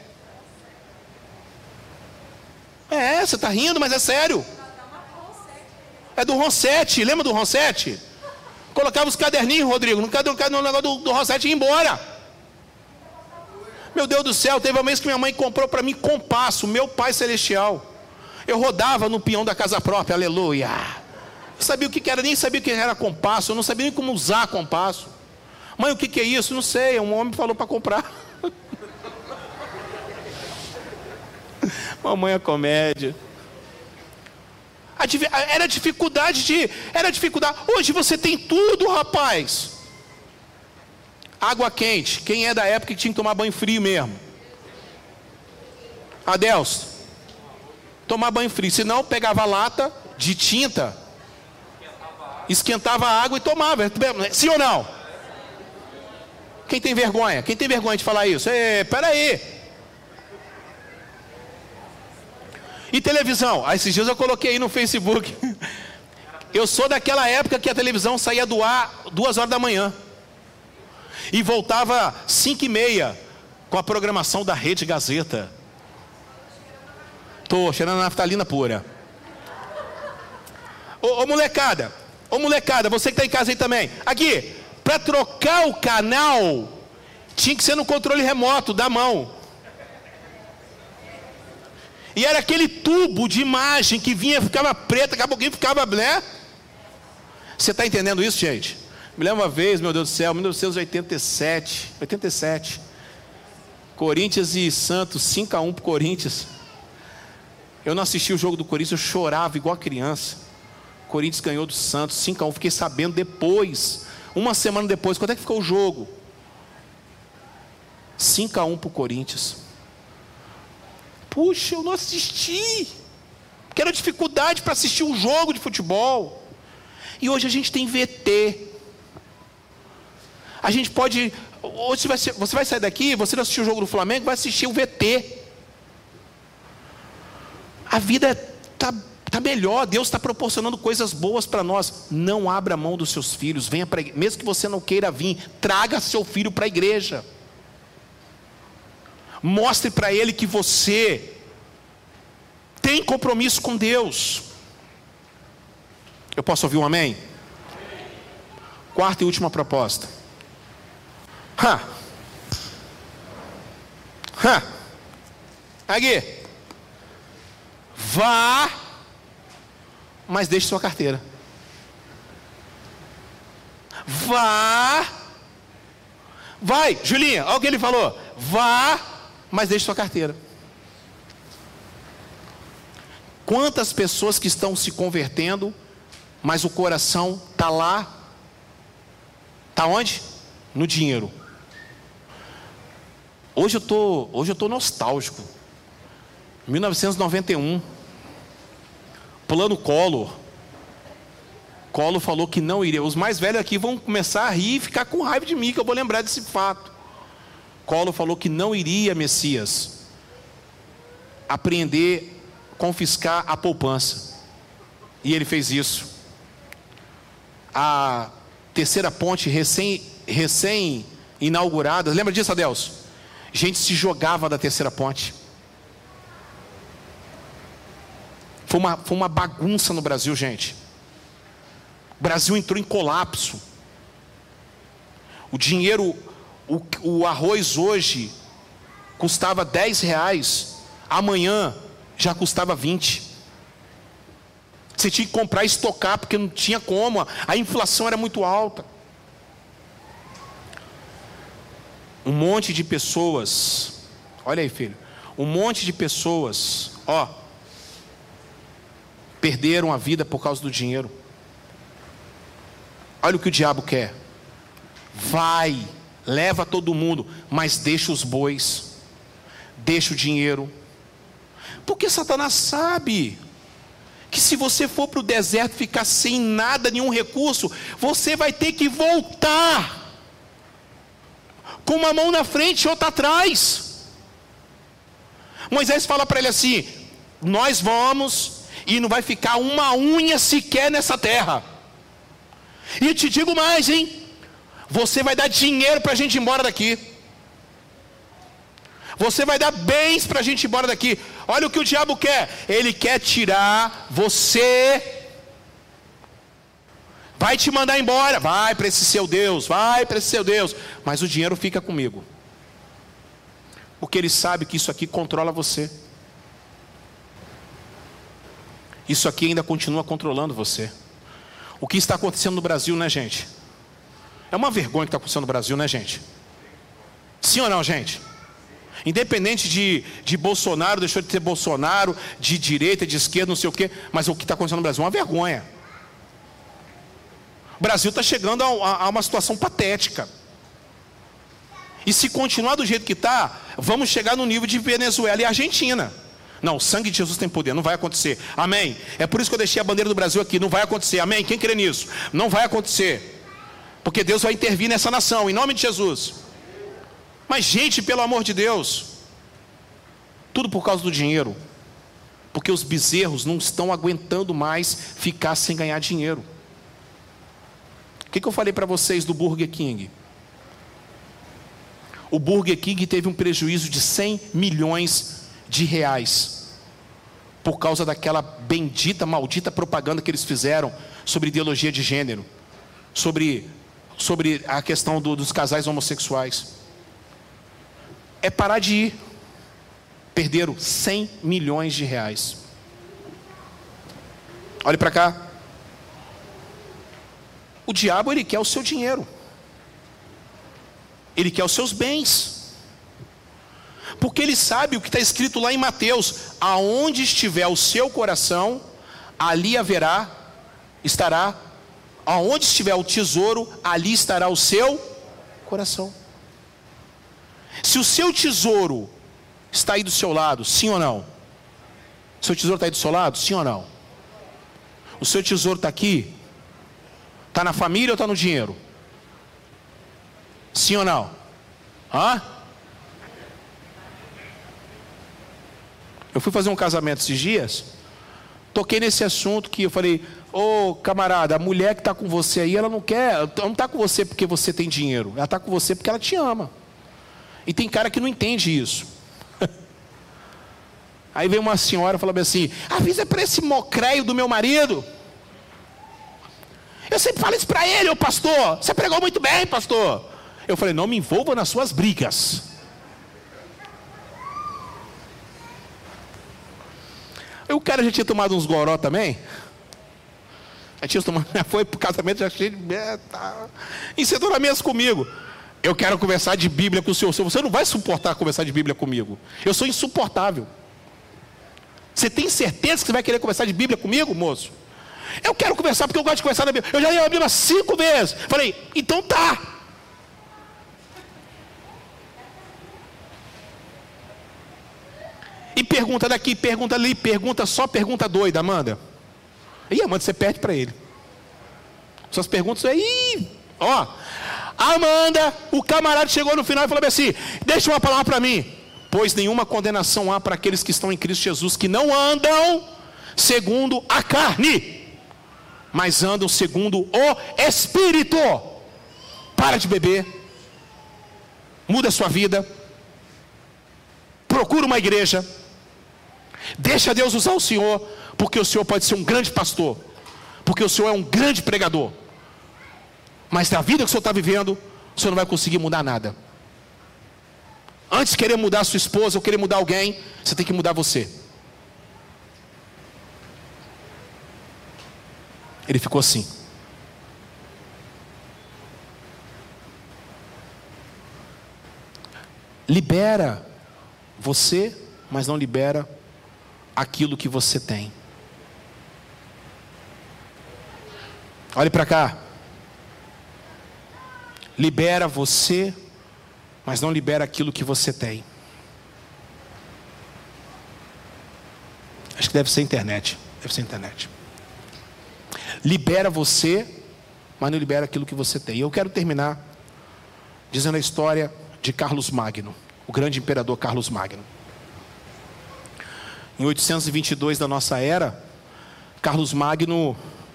É, você está rindo, mas é sério. É do Ronsete, lembra do Ronsete? Colocava os caderninhos, Rodrigo, no, no negócio do, do Ronsete e ia embora. Meu Deus do céu, teve uma vez que minha mãe comprou para mim compasso, meu Pai Celestial. Eu rodava no peão da casa própria, aleluia. Eu sabia o que era, nem sabia o que era compasso, eu não sabia nem como usar compasso. Mãe, o que é isso? Não sei, um homem falou para comprar. Mamãe é comédia. Era dificuldade de, era dificuldade. Hoje você tem tudo, rapaz. Água quente. Quem é da época que tinha que tomar banho frio mesmo? Adelso. Tomar banho frio. Senão pegava a lata de tinta, esquentava a água e tomava. Sim ou não? Quem tem vergonha? Quem tem vergonha de falar isso? Ei, peraí. E televisão? Ah, esses dias eu coloquei aí no Facebook. Eu sou daquela época que a televisão saía do ar duas horas da manhã e voltava cinco e meia com a programação da Rede Gazeta. Tô cheirando a naftalina pura. Ô, ô molecada, ô molecada, você que está em casa aí também. Aqui, para trocar o canal, tinha que ser no controle remoto da mão. E era aquele tubo de imagem que vinha, ficava preta, daqui a pouquinho ficava blé. Você está entendendo isso, gente? Me lembro uma vez, meu Deus do céu, mil novecentos e oitenta e sete, oitenta e sete, Corinthians e Santos, cinco a um para o Corinthians. Eu não assisti o jogo do Corinthians, eu chorava igual criança. O Corinthians ganhou do Santos, cinco a um, fiquei sabendo depois, uma semana depois, quanto é que ficou o jogo? cinco a um para o Corinthians. Puxa, eu não assisti, porque era dificuldade para assistir um jogo de futebol. E hoje a gente tem V T. A gente pode, hoje você vai, você vai sair daqui, você não assistiu o jogo do Flamengo, vai assistir o V T. A vida está tá melhor, Deus está proporcionando coisas boas para nós. Não abra mão dos seus filhos, venha para a igreja, mesmo que você não queira vir, traga seu filho para a igreja. Mostre para ele que você tem compromisso com Deus. Eu posso ouvir um amém? Quarta e última proposta. Ha. Ha. Aqui. Vá, mas deixe sua carteira. Vá. Vai, Julinha, olha o que ele falou. Vá, mas deixe sua carteira. Quantas pessoas que estão se convertendo, mas o coração está lá. Está onde? No dinheiro. Hoje eu tô, hoje eu tô nostálgico. mil novecentos e noventa e um. Plano Collor. Collor falou que não iria. Os mais velhos aqui vão começar a rir e ficar com raiva de mim, que eu vou lembrar desse fato. Collor falou que não iria, Messias, apreender, confiscar a poupança. E ele fez isso. A terceira ponte recém, recém inaugurada, lembra disso, Adelso? Gente se jogava da terceira ponte. Foi uma, foi uma bagunça no Brasil, gente. O Brasil entrou em colapso. O dinheiro, o, o arroz hoje custava dez reais, amanhã já custava vinte. Você tinha que comprar e estocar, porque não tinha como, a inflação era muito alta. Um monte de pessoas, olha aí, filho, um monte de pessoas, ó, perderam a vida por causa do dinheiro. Olha o que o diabo quer. Vai, leva todo mundo, mas deixa os bois, deixa o dinheiro. Porque Satanás sabe que se você for para o deserto ficar sem nada, nenhum recurso, você vai ter que voltar com uma mão na frente e outra atrás. Moisés fala para ele assim: nós vamos, e não vai ficar uma unha sequer nessa terra. E eu te digo mais, hein? Você vai dar dinheiro para a gente ir embora daqui. Você vai dar bens para a gente ir embora daqui. Olha o que o diabo quer. Ele quer tirar você. Vai te mandar embora. Vai para esse seu Deus. Vai para esse seu Deus. Mas o dinheiro fica comigo. Porque ele sabe que isso aqui controla você. Isso aqui ainda continua controlando você. O que está acontecendo no Brasil, né, gente? É uma vergonha o que está acontecendo no Brasil, né, gente? Sim ou não, gente? Independente de, de Bolsonaro, deixou de ter Bolsonaro, de direita, de esquerda, não sei o quê, mas o que está acontecendo no Brasil é uma vergonha. O Brasil está chegando a, a, a uma situação patética. E se continuar do jeito que está, vamos chegar no nível de Venezuela e Argentina. Não, o sangue de Jesus tem poder, não vai acontecer. Amém? É por isso que eu deixei a bandeira do Brasil aqui, não vai acontecer. Amém? Quem crê nisso? Não vai acontecer. Porque Deus vai intervir nessa nação, em nome de Jesus. Mas gente, pelo amor de Deus, tudo por causa do dinheiro. Porque os bezerros não estão aguentando mais ficar sem ganhar dinheiro. O que, que eu falei para vocês do Burger King? O Burger King teve um prejuízo de cem milhões de reais por causa daquela bendita, maldita propaganda que eles fizeram sobre ideologia de gênero, sobre, sobre a questão do, dos casais homossexuais. É parar de ir. Perderam cem milhões de reais. Olhe para cá. O diabo, ele quer o seu dinheiro. Ele quer os seus bens. Porque ele sabe o que está escrito lá em Mateus: aonde estiver o seu coração, ali haverá, estará, aonde estiver o tesouro, ali estará o seu coração. Se o seu tesouro está aí do seu lado, sim ou não? O seu tesouro está aí do seu lado, sim ou não? O seu tesouro está aqui? Está na família ou está no dinheiro? Sim ou não? Hã? Eu fui fazer um casamento esses dias, toquei nesse assunto que eu falei: ô camarada, a mulher que está com você aí, ela não quer, ela não está com você porque você tem dinheiro, ela está com você porque ela te ama. E tem cara que não entende isso. Aí veio uma senhora e falou assim: avisa para esse mocreio do meu marido. Eu sempre falo isso para ele: ô pastor, você pregou muito bem, pastor. Eu falei: não me envolva nas suas brigas. O cara já tinha tomado uns goró também. Já tinha tomado, já foi pro casamento, já cheio de... É, tá. E sentou na mesa comigo. Eu quero conversar de Bíblia com o senhor. Você não vai suportar conversar de Bíblia comigo. Eu sou insuportável. Você tem certeza que você vai querer conversar de Bíblia comigo, moço? Eu quero conversar porque eu gosto de conversar na Bíblia. Eu já li a Bíblia cinco vezes. Falei: então tá. E pergunta daqui, pergunta ali, pergunta só pergunta doida, Amanda. Ih, Amanda, você perde para ele. Suas perguntas aí, ó. Amanda, o camarada chegou no final e falou assim: deixa uma palavra para mim. Pois nenhuma condenação há para aqueles que estão em Cristo Jesus, que não andam segundo a carne, mas andam segundo o Espírito. Para de beber. Muda a sua vida. Procura uma igreja. Deixa Deus usar o Senhor, porque o Senhor pode ser um grande pastor, porque o Senhor é um grande pregador. Mas na vida que o Senhor está vivendo, o Senhor não vai conseguir mudar nada. Antes de querer mudar a sua esposa ou querer mudar alguém, você tem que mudar você. Ele ficou assim. Libera você, mas não libera aquilo que você tem. Olhe para cá. Libera você, mas não libera aquilo que você tem. Acho que deve ser internet. Deve ser internet. Libera você, mas não libera aquilo que você tem. E eu quero terminar dizendo a história de Carlos Magno, o grande imperador Carlos Magno. Em oitocentos e vinte e dois da nossa era, Carlos Magno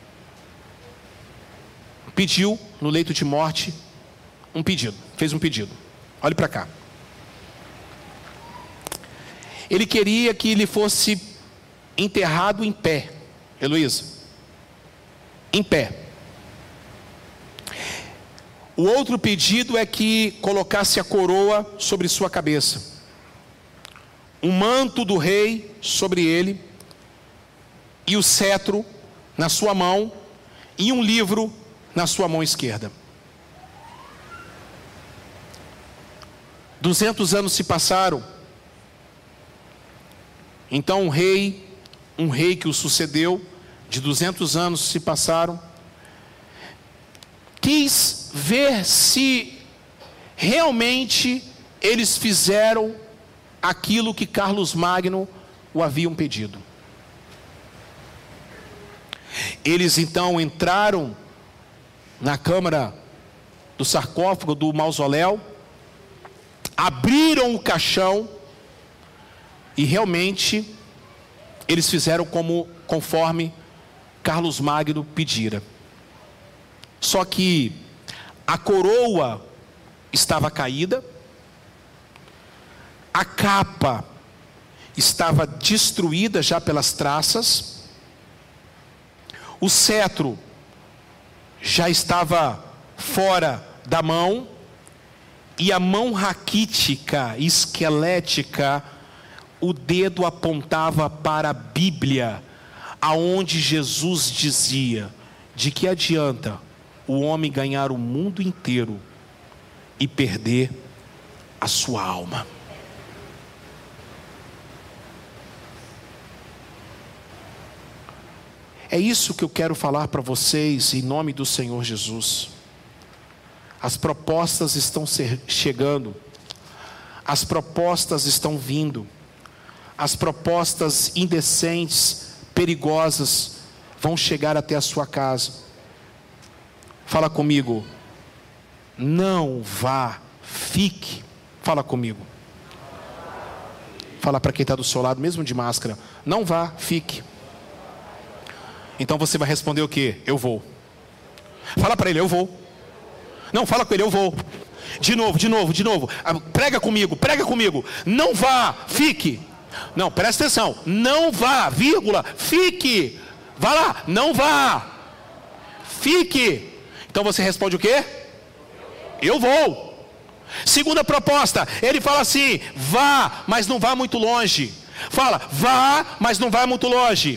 pediu no leito de morte um pedido, fez um pedido. Olhe para cá. Ele queria que ele fosse enterrado em pé. Heloísa, em pé. O outro pedido é que colocasse a coroa sobre sua cabeça, um manto do rei sobre ele, e o cetro na sua mão, e um livro na sua mão esquerda. Duzentos anos se passaram. Então um rei, um rei que o sucedeu, de duzentos anos se passaram, quis ver se realmente eles fizeram aquilo que Carlos Magno o haviam pedido. Eles então entraram na câmara do sarcófago, do mausoléu, abriram o caixão e realmente eles fizeram como conforme Carlos Magno pedira. Só que a coroa estava caída, a capa estava destruída já pelas traças, o cetro já estava fora da mão, e a mão raquítica, esquelética, o dedo apontava para a Bíblia, aonde Jesus dizia: de que adianta o homem ganhar o mundo inteiro e perder a sua alma? É isso que eu quero falar para vocês em nome do Senhor Jesus. As propostas estão chegando, as propostas estão vindo, as propostas indecentes, perigosas, vão chegar até a sua casa. Fala comigo. Não vá, fique. Fala comigo. Fala para quem está do seu lado, mesmo de máscara. Não vá, fique. Então você vai responder o quê? Eu vou. Fala para ele, eu vou. Não, fala com ele, eu vou. De novo, de novo, de novo. Prega comigo, prega comigo. Não vá, fique. Não, presta atenção. Não vá, vírgula, fique. Vá lá, não vá. Fique. Então você responde o quê? Eu vou. Segunda proposta, ele fala assim: vá, mas não vá muito longe. Fala, vá, mas não vá muito longe.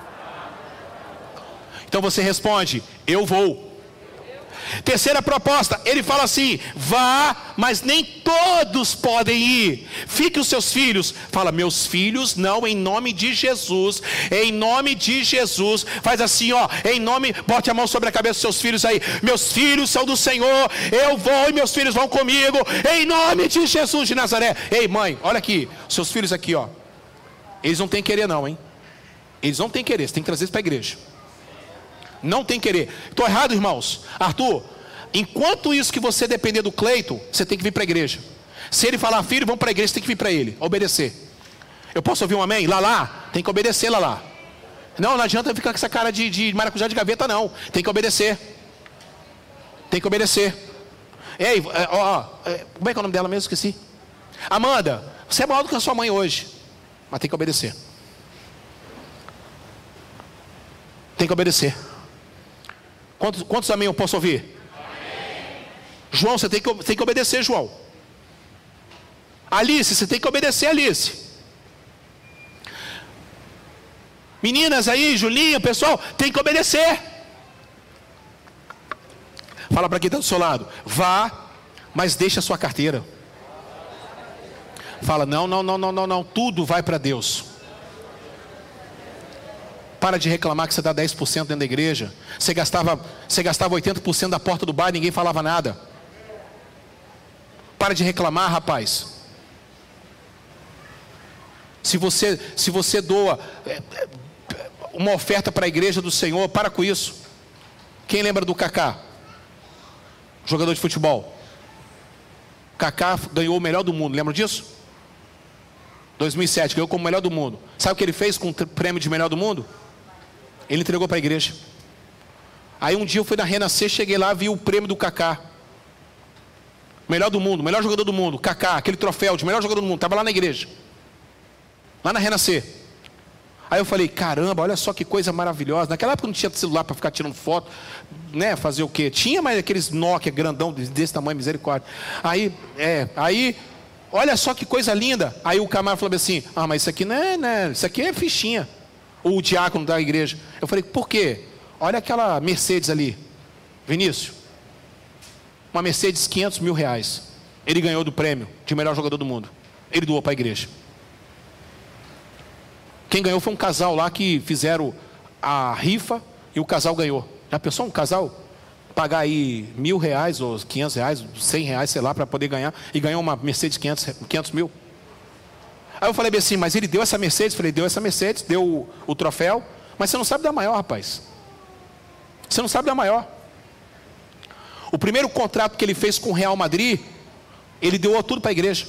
Então você responde: eu vou. Terceira proposta, ele fala assim: vá, mas nem todos podem ir. Fique os seus filhos. Fala, meus filhos não, em nome de Jesus. Em nome de Jesus. Faz assim, ó, em nome, bote a mão sobre a cabeça dos seus filhos aí. Meus filhos são do Senhor, eu vou e meus filhos vão comigo, em nome de Jesus de Nazaré. Ei, mãe, olha aqui, seus filhos aqui, ó. Eles não têm querer não, hein? Eles não têm querer, você tem que trazer eles para a igreja. Não tem querer. Estou errado, irmãos? Arthur, enquanto isso que você depender do Cleito, você tem que vir para a igreja. Se ele falar, filho, vamos para a igreja, você tem que vir para ele, obedecer. Eu posso ouvir um amém? Lá, lá, tem que obedecer, lá, lá. Não, não adianta ficar com essa cara de, de maracujá de gaveta, não. Tem que obedecer. Tem que obedecer. Ei, ó, ó, como é que é o nome dela mesmo? Esqueci. Amanda, você é maior do que a sua mãe hoje, mas tem que obedecer. Tem que obedecer. Quantos, quantos amém eu posso ouvir? Amém. João, você tem que, tem que obedecer, João. Alice, você tem que obedecer, Alice. Meninas aí, Julinha, pessoal, tem que obedecer. Fala para quem está do seu lado, vá, mas deixa a sua carteira. Fala, não, não, não, não, não, não, tudo vai para Deus. Para de reclamar que você dá dez por cento dentro da igreja. Você gastava, você gastava oitenta por cento da porta do bar e ninguém falava nada. Para de reclamar, rapaz. Se você, se você doa uma oferta para a igreja do Senhor, para com isso. Quem lembra do Kaká? Jogador de futebol. Kaká ganhou o melhor do mundo, lembra disso? dois mil e sete, ganhou como melhor do mundo. Sabe o que ele fez com o prêmio de melhor do mundo? Ele entregou para a igreja. Aí um dia eu fui na Renascer, cheguei lá, vi o prêmio do Kaká. Melhor do mundo, melhor jogador do mundo, Kaká, aquele troféu de melhor jogador do mundo, estava lá na igreja. Lá na Renascer. Aí eu falei, caramba, olha só que coisa maravilhosa. Naquela época não tinha celular para ficar tirando foto, né, fazer o quê? Tinha, mas aqueles Nokia grandão desse tamanho, misericórdia. Aí, é, aí, olha só que coisa linda. Aí o camarada falou assim, ah, mas isso aqui não é, né, isso aqui é fichinha. O diácono da igreja. Eu falei, por quê? Olha aquela Mercedes ali, Vinícius. Uma Mercedes, quinhentos mil reais. Ele ganhou do prêmio de melhor jogador do mundo. Ele doou para a igreja. Quem ganhou foi um casal lá que fizeram a rifa e o casal ganhou. Já pensou um casal pagar aí mil reais ou quinhentos reais, cem reais, sei lá, para poder ganhar, e ganhou uma Mercedes quinhentos mil? Aí eu falei assim, mas ele deu essa Mercedes? Falei, deu essa Mercedes, deu o, o troféu, mas você não sabe da maior, rapaz. Você não sabe da maior. O primeiro contrato que ele fez com o Real Madrid, ele deu tudo para a igreja.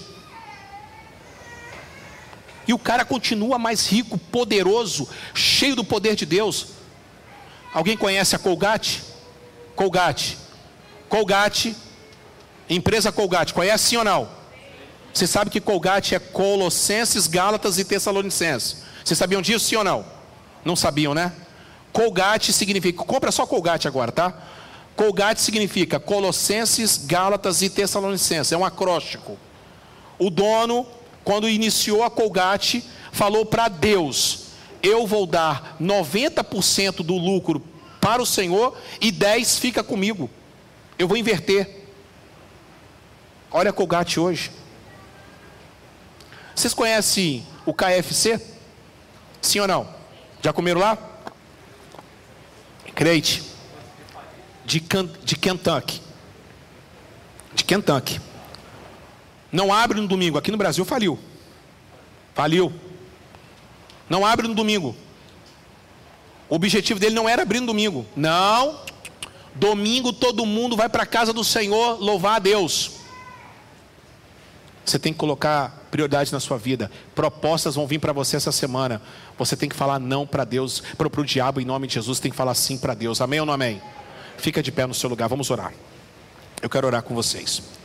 E o cara continua mais rico, poderoso, cheio do poder de Deus. Alguém conhece a Colgate? Colgate. Colgate, empresa Colgate, conhece sim ou não? Você sabe que Colgate é Colossenses, Gálatas e Tessalonicenses. Vocês sabiam disso, sim ou não? Não sabiam, né? Colgate significa, compra só Colgate agora, tá? Colgate significa Colossenses, Gálatas e Tessalonicenses. É um acróstico. O dono, quando iniciou a Colgate, falou para Deus, eu vou dar noventa por cento do lucro para o Senhor e dez por cento fica comigo. Eu vou inverter. Olha a Colgate hoje. Vocês conhecem o K F C? Sim ou não? Já comeram lá? Crente. De, de Kentucky. De Kentucky. Não abre no domingo. Aqui no Brasil faliu. Faliu. Não abre no domingo. O objetivo dele não era abrir no domingo. Não. Domingo todo mundo vai para a casa do Senhor louvar a Deus. Você tem que colocar prioridade na sua vida. Propostas vão vir para você essa semana. Você tem que falar não para Deus, para o diabo em nome de Jesus. Tem que falar sim para Deus. Amém ou não amém? Fica de pé no seu lugar. Vamos orar. Eu quero orar com vocês.